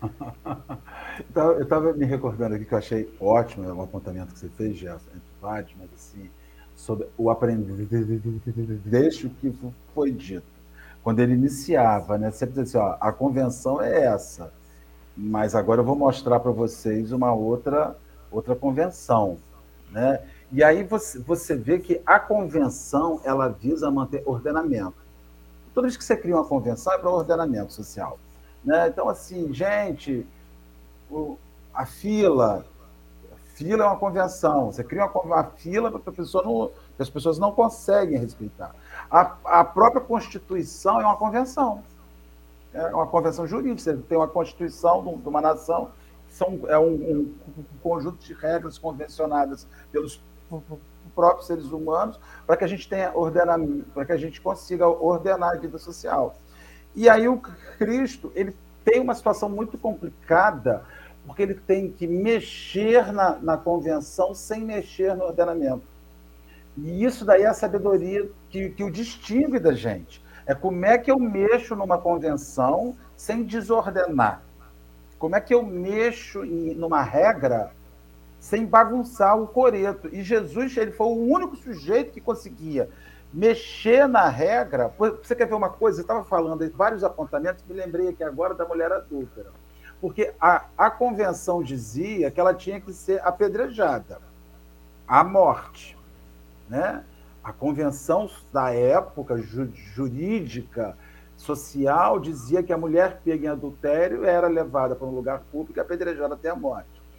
Eu estava me recordando aqui que eu achei ótimo o apontamento que você fez, Gerson, entre vários, mas assim, sobre o aprender desde o que foi dito. Quando ele iniciava, né, sempre dizia assim, ó, a convenção é essa, mas agora eu vou mostrar para vocês uma outra, outra convenção, né? E aí você, você vê que a convenção, ela visa manter ordenamento. Toda vez que você cria uma convenção é para ordenamento social, né? Então, assim, gente, o, a fila, a fila é uma convenção. Você cria uma, uma fila para a pessoa não, que as pessoas não conseguem respeitar. A, a própria Constituição é uma convenção. É uma convenção jurídica. Você tem uma Constituição de uma nação, são, é um, um, um conjunto de regras convencionadas pelos próprios seres humanos para que a gente tenha ordenamento, para que a gente consiga ordenar a vida social. E aí o Cristo, ele tem uma situação muito complicada, porque ele tem que mexer na, na convenção sem mexer no ordenamento. E isso daí é a sabedoria que, que o distingue da gente. É como é que eu mexo numa convenção sem desordenar. Como é que eu mexo em, numa regra sem bagunçar o coreto. E Jesus, ele foi o único sujeito que conseguia mexer na regra. Você quer ver uma coisa? Eu estava falando de vários apontamentos, me lembrei aqui agora da mulher adúltera. Porque a, a convenção dizia que ela tinha que ser apedrejada, à morte. Né? A convenção da época ju, jurídica, social, dizia que a mulher pega em adultério era levada para um lugar público e apedrejada até a morte.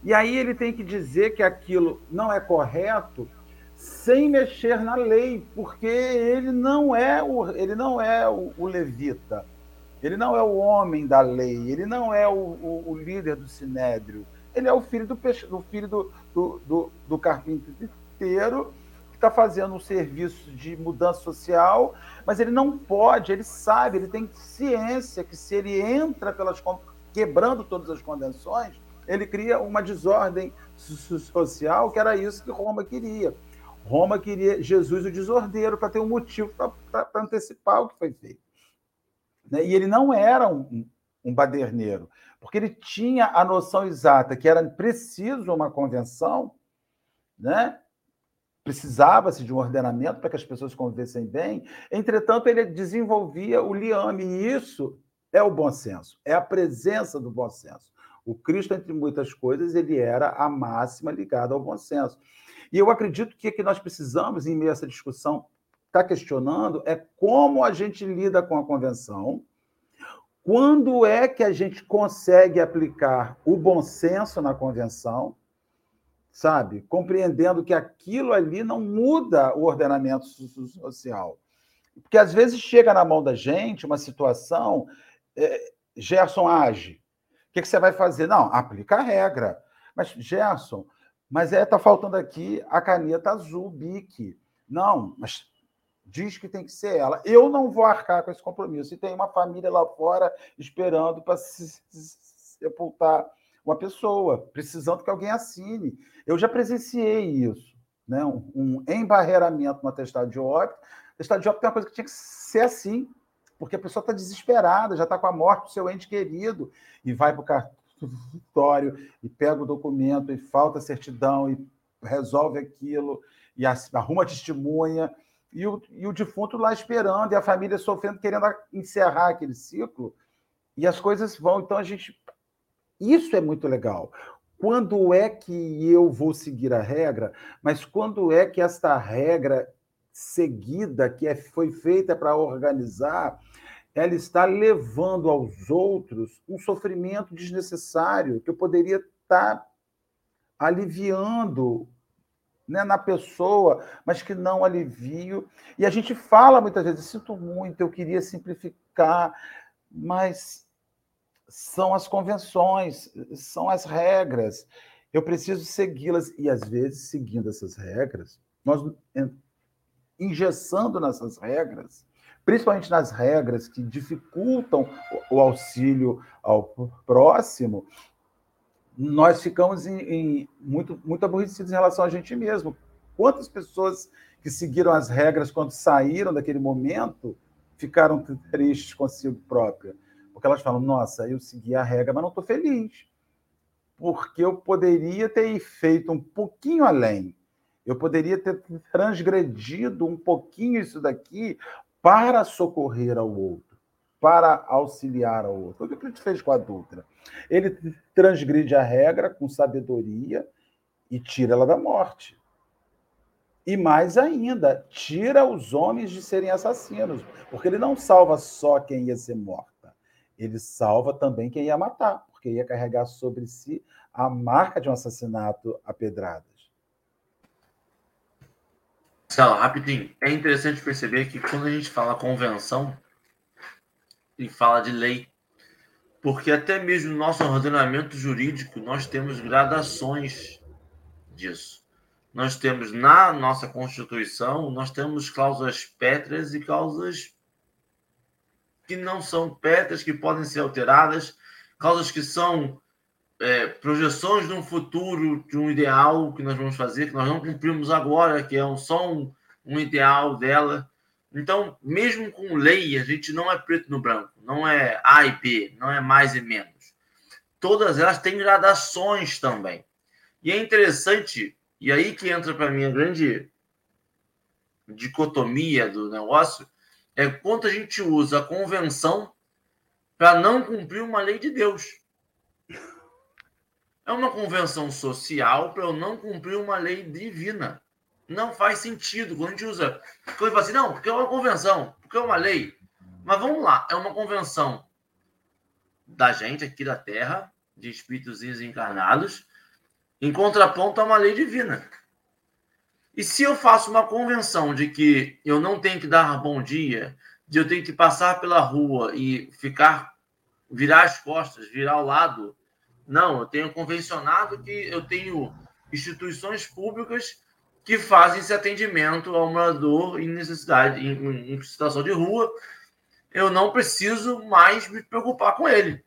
E aí ele tem que dizer que aquilo não é correto sem mexer na lei, porque ele não é o, ele não é o, o levita, ele não é o homem da lei, ele não é o, o, o líder do sinédrio, ele é o filho do, do, filho do, do, do, do carpinteiro, que está fazendo um serviço de mudança social, mas ele não pode, ele sabe, ele tem ciência que se ele entra pelas quebrando todas as convenções, ele cria uma desordem social, que era isso que Roma queria. Roma queria Jesus o desordeiro para ter um motivo para antecipar o que foi feito. E ele não era um, um baderneiro, porque ele tinha a noção exata que era preciso uma convenção, né? Precisava-se de um ordenamento para que as pessoas convivessem bem. Entretanto, ele desenvolvia o liame, e isso é o bom senso, é a presença do bom senso. O Cristo, entre muitas coisas, ele era a máxima ligada ao bom senso. E eu acredito que o que nós precisamos, em meio a essa discussão, estar questionando é como a gente lida com a convenção, quando é que a gente consegue aplicar o bom senso na convenção, sabe? Compreendendo que aquilo ali não muda o ordenamento social. Porque, às vezes, chega na mão da gente uma situação... É, Gerson age. O que, que você vai fazer? Não, aplica a regra. Mas, Gerson, mas é, está faltando aqui a caneta azul, Bic. Não, mas diz que tem que ser ela. Eu não vou arcar com esse compromisso. E tem uma família lá fora esperando para se sepultar uma pessoa, precisando que alguém assine. Eu já presenciei isso, né? um, um embarreiramento no atestado de óbito. O atestado de óbito tem uma coisa que tinha que ser assim, porque a pessoa está desesperada, já está com a morte do seu ente querido, e vai para o cartório, e pega o documento, e falta a certidão, e resolve aquilo, e arruma a testemunha, e o, e o defunto lá esperando, e a família sofrendo, querendo encerrar aquele ciclo, e as coisas vão. Então, a gente... Isso é muito legal. Quando é que eu vou seguir a regra, mas quando é que esta regra seguida, que é, foi feita para organizar, ela está levando aos outros um sofrimento desnecessário que eu poderia estar aliviando, né, na pessoa, mas que não alivio. E a gente fala muitas vezes, sinto muito, eu queria simplificar, mas são as convenções, são as regras, eu preciso segui-las, e às vezes, seguindo essas regras, nós engessando nessas regras, principalmente nas regras que dificultam o auxílio ao próximo, nós ficamos em, em muito, muito aborrecidos em relação a gente mesmo. Quantas pessoas que seguiram as regras quando saíram daquele momento ficaram tristes consigo própria? Porque elas falam, nossa, eu segui a regra, mas não estou feliz, porque eu poderia ter feito um pouquinho além. Eu poderia ter transgredido um pouquinho isso daqui para socorrer ao outro, para auxiliar ao outro. Foi o que a gente fez com a Dutra. Ele transgride a regra com sabedoria e tira ela da morte. E mais ainda, tira os homens de serem assassinos, porque ele não salva só quem ia ser morta, ele salva também quem ia matar, porque ia carregar sobre si a marca de um assassinato a pedradas. Marcelo, rapidinho, é interessante perceber que quando a gente fala convenção e fala de lei, porque até mesmo no nosso ordenamento jurídico nós temos gradações disso. Nós temos na nossa Constituição, nós temos cláusulas pétreas e cláusulas que não são pétreas, que podem ser alteradas, cláusulas que são é, projeções de um futuro, de um ideal que nós vamos fazer, que nós não cumprimos agora, que é um, só um, um ideal dela. Então, mesmo com lei, a gente não é preto no branco, não é A e B, não é mais e menos. Todas elas têm gradações também. E é interessante, e aí que entra para mim a grande dicotomia do negócio, é quanto a gente usa a convenção para não cumprir uma lei de Deus. É uma convenção social para eu não cumprir uma lei divina. Não faz sentido. Quando a gente usa... Quando eu falo assim, não, porque é uma convenção, porque é uma lei. Mas vamos lá, é uma convenção da gente aqui da Terra, de espíritos encarnados, em contraponto a uma lei divina. E se eu faço uma convenção de que eu não tenho que dar bom dia, de eu tenho que passar pela rua e ficar, virar as costas, virar ao lado, não, eu tenho convencionado que eu tenho instituições públicas que fazem esse atendimento ao morador em necessidade, em, em situação de rua, eu não preciso mais me preocupar com ele.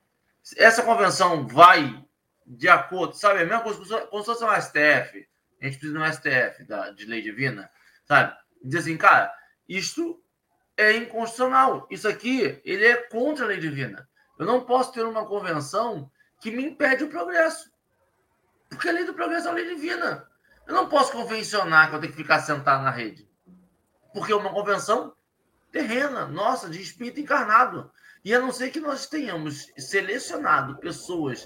Essa convenção vai de acordo, sabe, a mesma coisa como se fosse um S T F, a gente precisa de um S T F da, de lei divina, sabe? Diz assim, cara, isto é inconstitucional, isso aqui, ele é contra a lei divina. Eu não posso ter uma convenção que me impede o progresso, porque a lei do progresso é a lei divina. Eu não posso convencionar que eu tenho que ficar sentado na rede, porque é uma convenção terrena, nossa, de espírito encarnado. E a não ser que nós tenhamos selecionado pessoas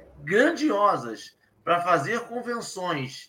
grandiosas para fazer convenções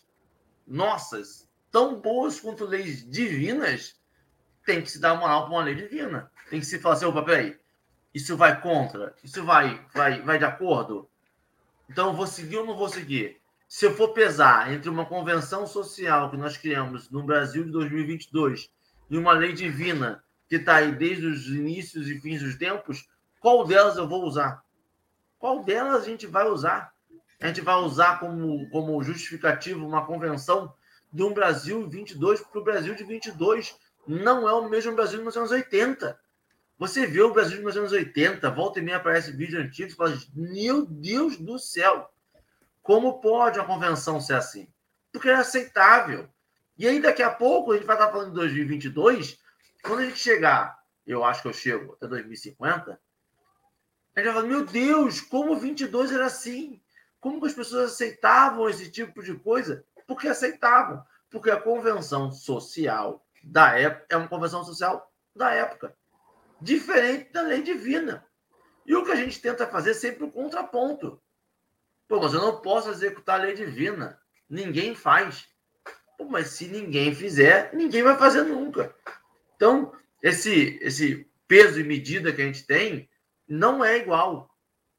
nossas, tão boas quanto leis divinas, tem que se dar moral para uma lei divina. Tem que se falar assim, opa, peraí, isso vai contra? Isso vai, vai, vai de acordo? Então, eu vou seguir ou não vou seguir? Se eu for pesar entre uma convenção social que nós criamos no Brasil de dois mil e vinte e dois e uma lei divina que está aí desde os inícios e fins dos tempos, qual delas eu vou usar? Qual delas a gente vai usar? A gente vai usar como, como justificativo uma convenção de um Brasil vinte e dois, porque o Brasil de vinte e dois não é o mesmo Brasil de mil novecentos e oitenta. Você vê o Brasil de mil novecentos e oitenta, volta e meia aparece vídeo antigo, você fala, meu Deus do céu, como pode uma convenção ser assim? Porque é aceitável. E aí, daqui a pouco, a gente vai estar falando de dois mil e vinte e dois, quando a gente chegar, eu acho que eu chego até dois mil e cinquenta, a gente vai falar, meu Deus, como vinte e dois era assim? Como que as pessoas aceitavam esse tipo de coisa? Porque aceitavam. Porque a convenção social da época é uma convenção social da época, diferente da lei divina. E o que a gente tenta fazer é sempre o contraponto. Pô, mas eu não posso executar a lei divina. Ninguém faz. Pô, mas se ninguém fizer, ninguém vai fazer nunca. Então, esse, esse peso e medida que a gente tem não é igual.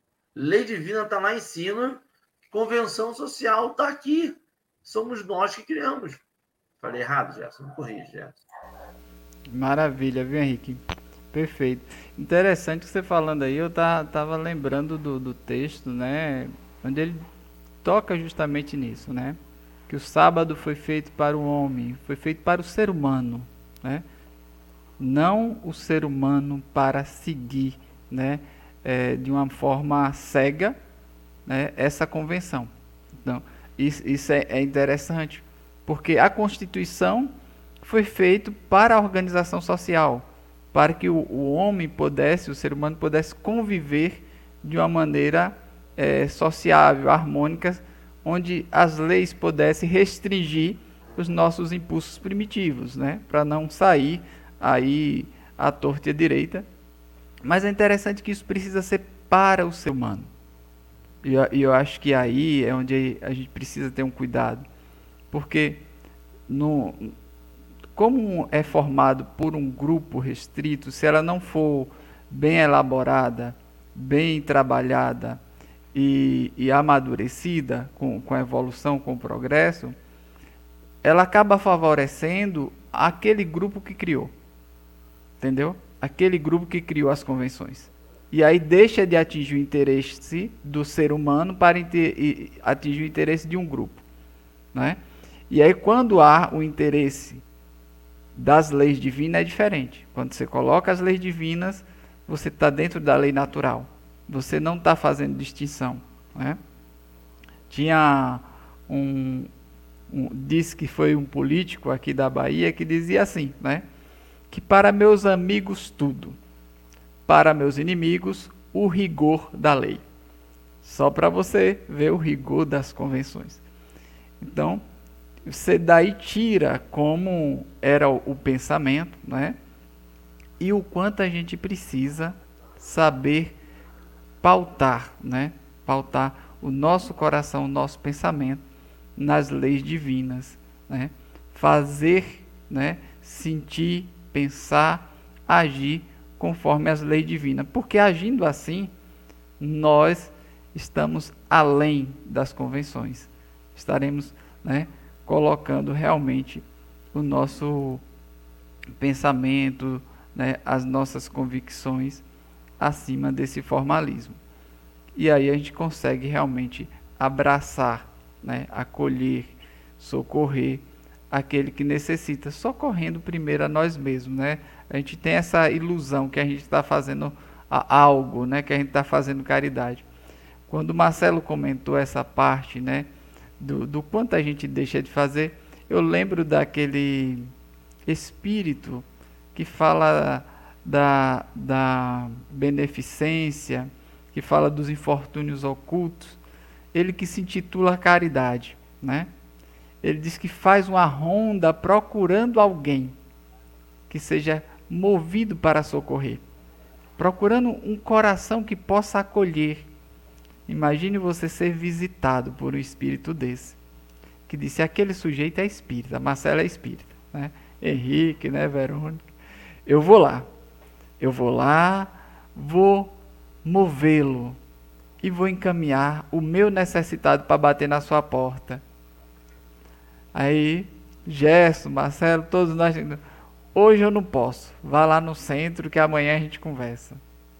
Lei divina está lá em cima, convenção social está aqui. Somos nós que criamos. Falei errado, Gerson? Não corrige, Gerson. Maravilha, viu, Henrique? Perfeito. Interessante que você falando aí, eu tá, tava lembrando do, do texto, né? Onde ele toca justamente nisso, né? Que o sábado foi feito para o homem, foi feito para o ser humano, né? Não o ser humano para seguir, né? É, de uma forma cega, né? Essa convenção. Então, isso, isso é, é interessante, porque a Constituição foi feita para a organização social, para que o, o homem pudesse, o ser humano pudesse conviver de uma maneira é, sociável, harmônica, onde as leis pudessem restringir os nossos impulsos primitivos, né? Para não sair aí à torta e à direita. Mas é interessante que isso precisa ser para o ser humano. E eu, eu acho que aí é onde a gente precisa ter um cuidado. Porque, no, como é formado por um grupo restrito, se ela não for bem elaborada, bem trabalhada e, e amadurecida com, com a evolução, com o progresso, ela acaba favorecendo aquele grupo que criou. Entendeu? Aquele grupo que criou as convenções. E aí deixa de atingir o interesse do ser humano para atingir o interesse de um grupo, né? E aí quando há o interesse das leis divinas é diferente. Quando você coloca as leis divinas, você está dentro da lei natural. Você não está fazendo distinção, né? Tinha um, um... Disse que foi um político aqui da Bahia que dizia assim, né? Que para meus amigos tudo, para meus inimigos o rigor da lei. Só para você ver o rigor das convenções. Então, você daí tira como era o, o pensamento, né? E o quanto a gente precisa saber pautar, né? Pautar o nosso coração, o nosso pensamento nas leis divinas, né? Fazer, né? Sentir, pensar, agir conforme as leis divinas, porque agindo assim, nós estamos além das convenções, estaremos, né, colocando realmente o nosso pensamento, né, as nossas convicções acima desse formalismo. E aí a gente consegue realmente abraçar, né, acolher, socorrer aquele que necessita, socorrendo primeiro a nós mesmos, né? A gente tem essa ilusão que a gente está fazendo algo, né, que a gente está fazendo caridade. Quando o Marcelo comentou essa parte, né, do, do quanto a gente deixa de fazer, eu lembro daquele espírito que fala da, da beneficência, que fala dos infortúnios ocultos, ele que se intitula Caridade, né? Ele diz que faz uma ronda procurando alguém que seja movido para socorrer, procurando um coração que possa acolher. Imagine você ser visitado por um espírito desse, que disse: aquele sujeito é espírita, Marcelo é espírita, né? Henrique, né, Verônica? Eu vou lá, eu vou lá, vou movê-lo e vou encaminhar o meu necessitado para bater na sua porta. Aí, Gerson, Marcelo, todos nós, hoje eu não posso, vá lá no centro que amanhã a gente conversa.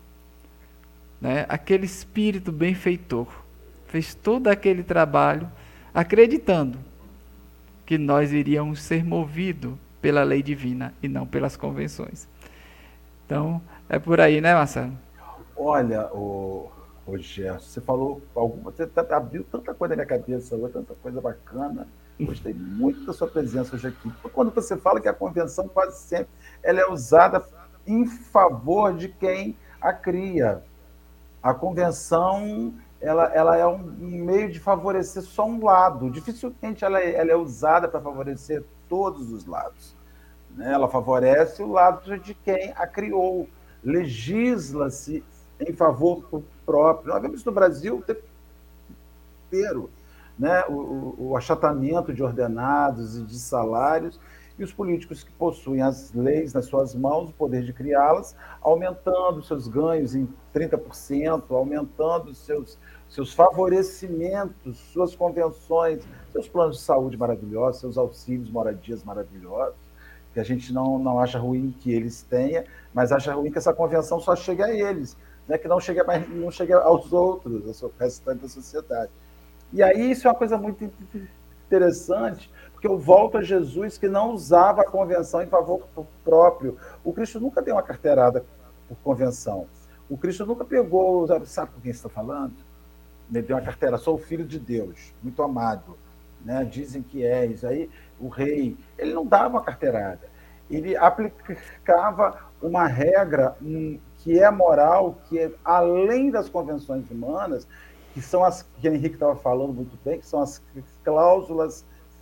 Né? Aquele espírito benfeitor fez todo aquele trabalho acreditando que nós iríamos ser movidos pela lei divina e não pelas convenções. Então, é por aí, né, Marcelo? Olha, o, o Gerson, você falou alguma, você abriu tanta coisa na minha cabeça, tanta coisa bacana. Gostei muito da sua presença hoje aqui. Quando você fala que a convenção quase sempre ela é usada em favor de quem a cria. A convenção ela, ela é um meio de favorecer só um lado. Dificilmente ela é, ela é usada para favorecer todos os lados. Né? Ela favorece o lado de quem a criou. Legisla-se em favor do próprio. Nós vemos isso no Brasil o tempo inteiro. Né, o, o achatamento de ordenados e de salários, e os políticos que possuem as leis nas suas mãos, o poder de criá-las, aumentando seus ganhos em trinta por cento, aumentando seus, seus favorecimentos, suas convenções, seus planos de saúde maravilhosos, seus auxílios, moradias maravilhosos, que a gente não, não acha ruim que eles tenham, mas acha ruim que essa convenção só chegue a eles, né, que não chegue, mais, não chegue aos outros, ao restante da sociedade. E aí isso é uma coisa muito interessante, porque eu volto a Jesus, que não usava a convenção em favor próprio. O Cristo nunca deu uma carteirada por convenção. O Cristo nunca pegou, sabe com quem está falando? Ele deu uma carteira, sou o filho de Deus, muito amado. Né? Dizem que és. Aí o rei, ele não dava uma carteirada. Ele aplicava uma regra um, que é moral, que é além das convenções humanas, que são as que o Henrique estava falando muito bem, que são as cláusulas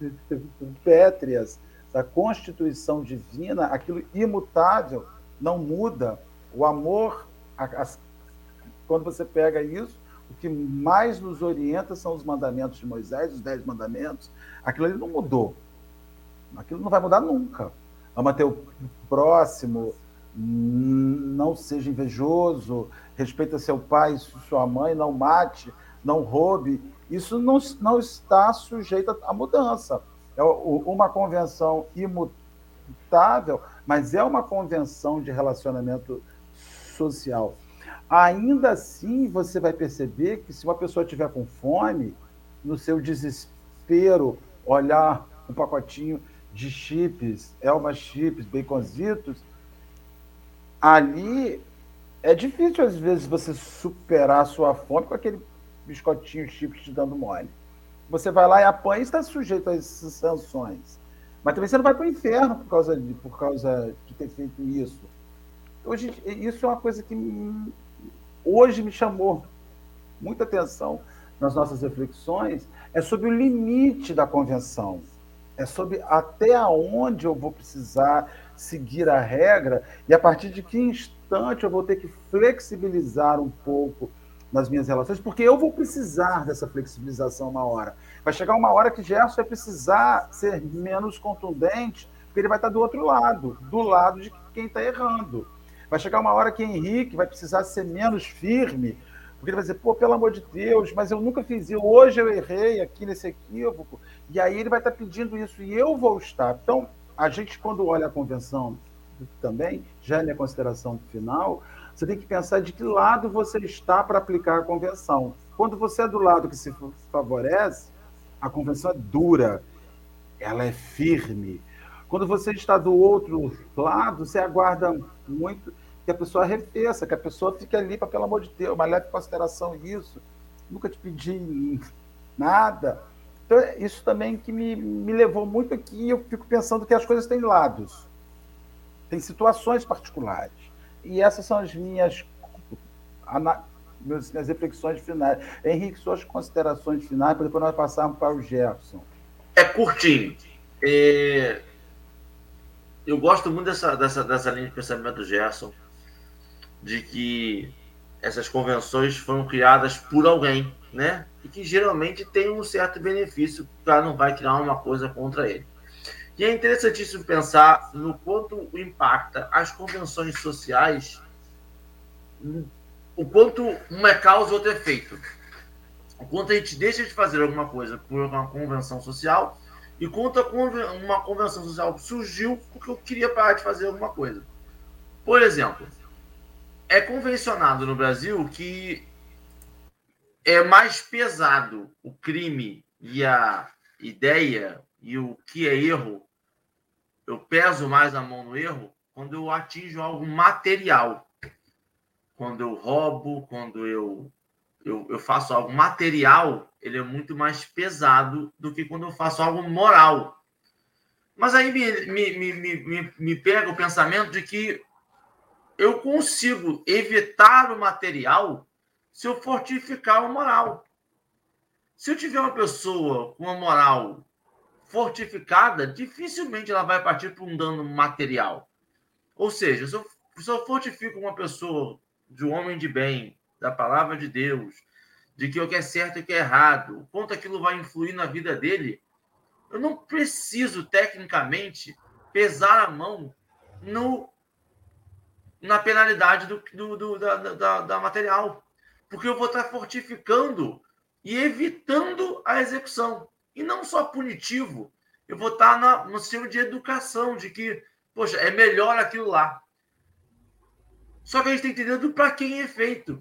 pétreas da Constituição Divina, aquilo imutável, não muda. O amor, as, quando você pega isso, o que mais nos orienta são os mandamentos de Moisés, os dez mandamentos, aquilo ali não mudou. Aquilo não vai mudar nunca. Ama teu próximo, não seja invejoso, respeita seu pai e sua mãe, não mate, não roube. Isso não, não está sujeito à mudança. É uma convenção imutável, mas é uma convenção de relacionamento social. Ainda assim, você vai perceber que se uma pessoa estiver com fome, no seu desespero, olhar um pacotinho de chips, Elma chips, baconzitos, ali é difícil, às vezes, você superar a sua fome com aquele biscotinho chips te dando mole. Você vai lá e apanha e está sujeito a essas sanções. Mas também você não vai para o inferno por causa de, por causa de ter feito isso. Hoje, isso é uma coisa que hoje me chamou muita atenção nas nossas reflexões, é sobre o limite da convenção. É sobre até onde eu vou precisar seguir a regra e a partir de que instante eu vou ter que flexibilizar um pouco nas minhas relações, porque eu vou precisar dessa flexibilização uma hora. Vai chegar uma hora que Gerson vai precisar ser menos contundente, porque ele vai estar do outro lado, do lado de quem está errando. Vai chegar uma hora que Henrique vai precisar ser menos firme, Porque ele vai dizer, pô, pelo amor de Deus, mas eu nunca fiz isso, hoje eu errei aqui nesse equívoco, e aí ele vai estar pedindo isso, e eu vou estar. Então, a gente, quando olha a convenção também, já é minha consideração final, você tem que pensar de que lado você está para aplicar a convenção. Quando você é do lado que se favorece, a convenção é dura, ela é firme. Quando você está do outro lado, você aguarda muito que a pessoa arrefeça, que a pessoa fique ali para, pelo amor de Deus, mas leve em consideração isso. Nunca te pedi nada. Então, isso também que me, me levou muito aqui, eu fico pensando que as coisas têm lados, tem situações particulares. E essas são as minhas, minhas reflexões finais. Henrique, suas considerações finais, para depois nós passarmos para o Gerson. É curtinho. É... Eu gosto muito dessa, dessa, dessa linha de pensamento do Gerson, de que essas convenções foram criadas por alguém, né? E que geralmente tem um certo benefício, o cara não vai criar uma coisa contra ele. E é interessantíssimo pensar no quanto impacta as convenções sociais, o quanto uma é causa e outra é efeito. O quanto a gente deixa de fazer alguma coisa por uma convenção social e quanto uma convenção social surgiu porque eu queria parar de fazer alguma coisa. Por exemplo, é convencionado no Brasil que é mais pesado o crime e a ideia e o que é erro. Eu peso mais a mão no erro quando eu atinjo algo material. Quando eu roubo, quando eu, eu, eu faço algo material, ele é muito mais pesado do que quando eu faço algo moral. Mas aí me, me, me, me, me pega o pensamento de que eu consigo evitar o material se eu fortificar o moral. Se eu tiver uma pessoa com uma moral fortificada, dificilmente ela vai partir para um dano material. Ou seja, se eu, se eu fortifico uma pessoa de um homem de bem, da palavra de Deus, de que o que é certo e o que é errado, o quanto aquilo vai influir na vida dele, eu não preciso, tecnicamente, pesar a mão no, na penalidade do, do, do, da, da, da material. Porque eu vou estar fortificando e evitando a execução. E não só punitivo, eu vou estar na, no sistema de educação, de que, poxa, é melhor aquilo lá. Só que a gente tem que entender do para quem é feito.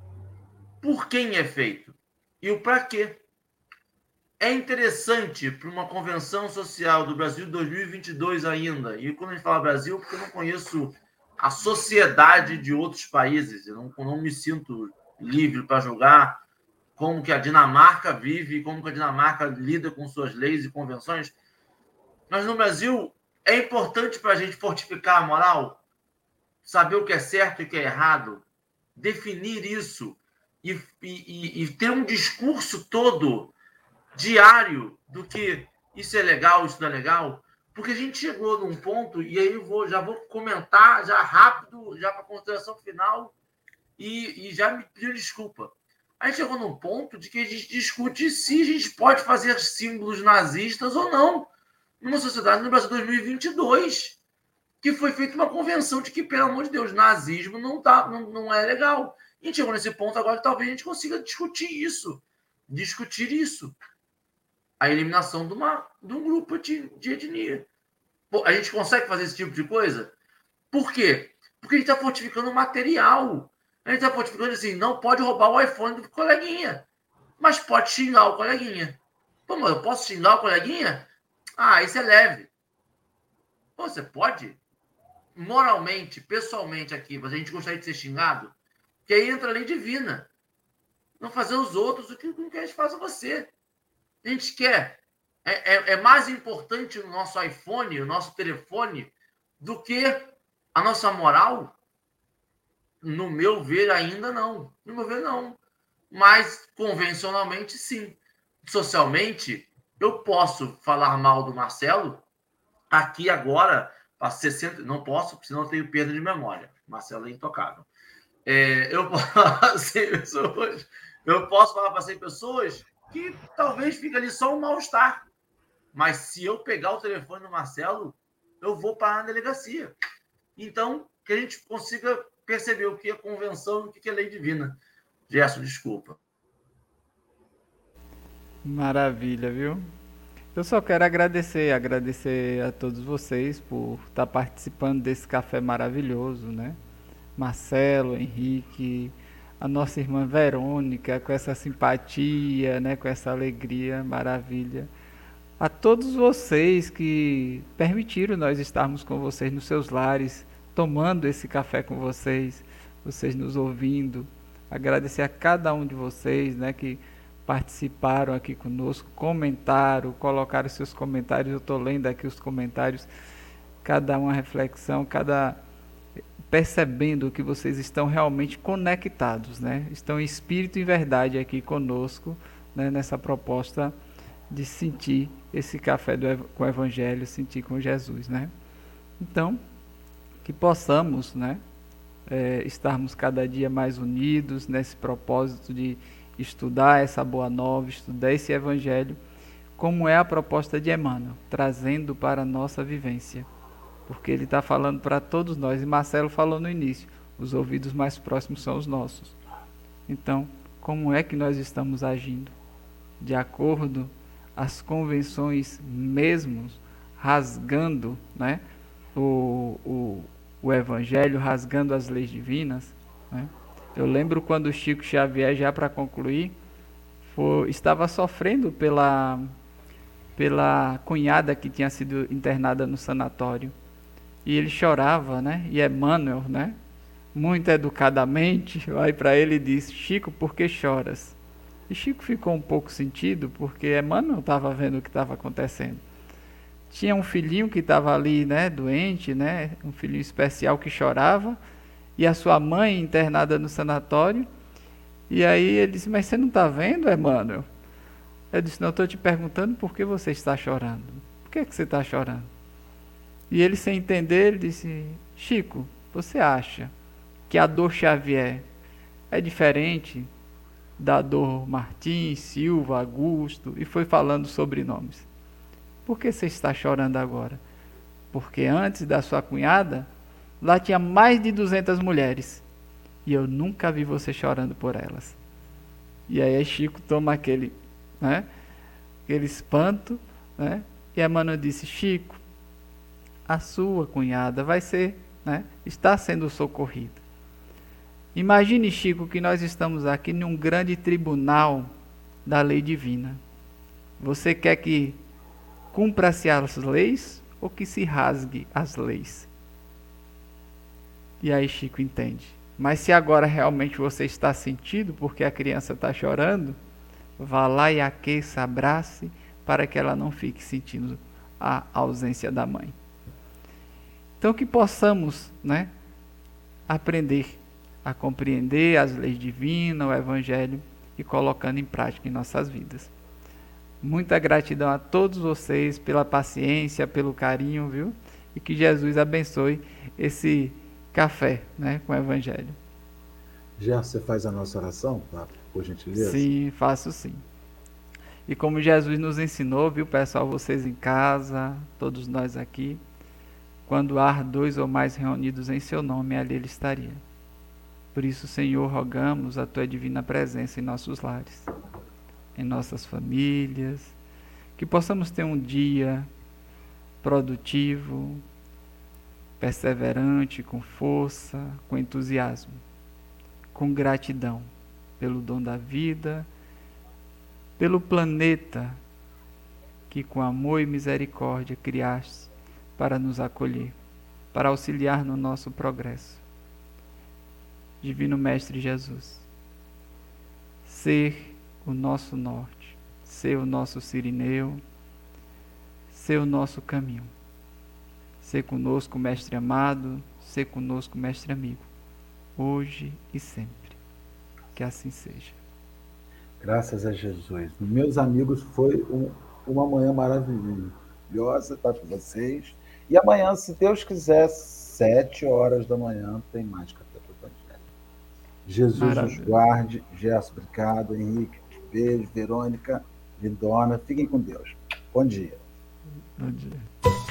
Por quem é feito. E o para quê. É interessante para uma convenção social do Brasil de dois mil e vinte e dois ainda. E quando a gente fala Brasil, porque eu não conheço a sociedade de outros países. Eu não, não me sinto livre para julgar como que a Dinamarca vive, como que a Dinamarca lida com suas leis e convenções. Mas no Brasil é importante para a gente fortificar a moral, saber o que é certo e o que é errado, definir isso e, e, e ter um discurso todo diário do que isso é legal, isso não é legal, porque a gente chegou num ponto, e aí eu vou, já vou comentar já rápido, já para a consideração final, e, e já me pediu desculpa. A gente chegou num ponto de que a gente discute se a gente pode fazer símbolos nazistas ou não numa sociedade no Brasil dois mil e vinte e dois, que foi feita uma convenção de que, pelo amor de Deus, nazismo não, tá, não, não é legal. E a gente chegou nesse ponto agora que talvez a gente consiga discutir isso, discutir isso. A eliminação de, uma, de um grupo de, de etnia. Pô, a gente consegue fazer esse tipo de coisa? Por quê? Porque a gente está fortificando o material. A gente está fortificando assim, não pode roubar o iPhone do coleguinha, mas pode xingar o coleguinha. Pô, mas eu posso xingar o coleguinha? Ah, isso é leve. Pô, você pode? Moralmente, pessoalmente aqui, mas a gente gostaria de ser xingado? Que aí entra a lei divina. Não fazer os outros o que não quer que faça você. A gente quer. É, é, é mais importante o nosso iPhone, o nosso telefone, do que a nossa moral? No meu ver, ainda não. No meu ver, não. Mas, convencionalmente, sim. Socialmente, eu posso falar mal do Marcelo aqui agora, para sessenta... Não posso, porque senão eu tenho perda de memória. Marcelo é intocável. É, eu, posso, cem pessoas, eu posso falar para cem pessoas que talvez fique ali só um mal-estar. Mas se eu pegar o telefone do Marcelo, eu vou parar na delegacia. Então, que a gente consiga perceber o que é convenção e o que é lei divina. Gerson, desculpa. Maravilha, viu? Eu só quero agradecer, agradecer a todos vocês por estar participando desse café maravilhoso, né? Marcelo, Henrique, a nossa irmã Verônica, com essa simpatia, né? Com essa alegria, maravilha. A todos vocês que permitiram nós estarmos com vocês nos seus lares, tomando esse café com vocês, vocês nos ouvindo. Agradecer a cada um de vocês, né? Que participaram aqui conosco, comentaram, colocaram seus comentários. Eu estou lendo aqui os comentários, cada uma reflexão, cada percebendo que vocês estão realmente conectados, né? Estão em espírito e verdade aqui conosco, né? Nessa proposta de sentir esse café do, com o Evangelho, sentir com Jesus, né? Então, que possamos, né? É, estarmos cada dia mais unidos nesse propósito de estudar essa boa nova, estudar esse Evangelho, como é a proposta de Emmanuel, trazendo para a nossa vivência. Porque ele está falando para todos nós, e Marcelo falou no início, os ouvidos mais próximos são os nossos. Então, como é que nós estamos agindo? De acordo às convenções mesmo, rasgando, né, o, o, o Evangelho, rasgando as leis divinas, né? Eu lembro quando o Chico Xavier, já para concluir, foi, estava sofrendo pela, pela cunhada que tinha sido internada no sanatório. E ele chorava, né? E Emmanuel, né? Muito educadamente, vai para ele e disse: Chico, por que choras? E Chico ficou um pouco sentido, porque Emmanuel estava vendo o que estava acontecendo. Tinha um filhinho que estava ali, né? Doente, né? Um filhinho especial que chorava. E a sua mãe internada no sanatório. E aí ele disse: mas você não está vendo, Emmanuel? Eu disse: não, estou te perguntando por que você está chorando. Por que, que você está chorando? E ele, sem entender, ele disse: Chico, você acha que a dor Xavier é diferente da dor Martins, Silva, Augusto? E foi falando sobrenomes. Por que você está chorando agora? Porque antes da sua cunhada, lá tinha mais de duzentas mulheres. E eu nunca vi você chorando por elas. E aí Chico toma aquele, né, aquele espanto, né? E Emmanuel disse: Chico, a sua cunhada vai ser, né, está sendo socorrida. Imagine, Chico, que nós estamos aqui num grande tribunal da lei divina. Você quer que cumpra-se as leis ou que se rasgue as leis? E aí Chico entende. Mas se agora realmente você está sentido porque a criança está chorando, vá lá e aqueça, abrace, para que ela não fique sentindo a ausência da mãe. Então que possamos, né, aprender a compreender as leis divinas, o Evangelho, e colocando em prática em nossas vidas. Muita gratidão a todos vocês pela paciência, pelo carinho, viu? E que Jesus abençoe esse café, né, com o Evangelho. Já você faz a nossa oração, tá? Por gentileza? Sim, faço sim. E como Jesus nos ensinou, viu, pessoal, vocês em casa, todos nós aqui, quando há dois ou mais reunidos em seu nome, ali ele estaria. Por isso, Senhor, rogamos a tua divina presença em nossos lares, em nossas famílias, que possamos ter um dia produtivo, perseverante, com força, com entusiasmo, com gratidão pelo dom da vida, pelo planeta que com amor e misericórdia criaste para nos acolher, para auxiliar no nosso progresso. Divino Mestre Jesus, ser o nosso norte, ser o nosso Cirineu, ser o nosso caminho. Ser conosco, Mestre amado, ser conosco, Mestre amigo, hoje e sempre. Que assim seja. Graças a Jesus. Meus amigos, foi um, uma manhã maravilhosa estar com vocês. E amanhã, se Deus quiser, sete horas da manhã, tem mais Café com o Evangelho. Jesus Maravilha. Nos guarde. Gerson, obrigado. Henrique, beijo. Verônica, lindona. Fiquem com Deus. Bom dia. Bom dia.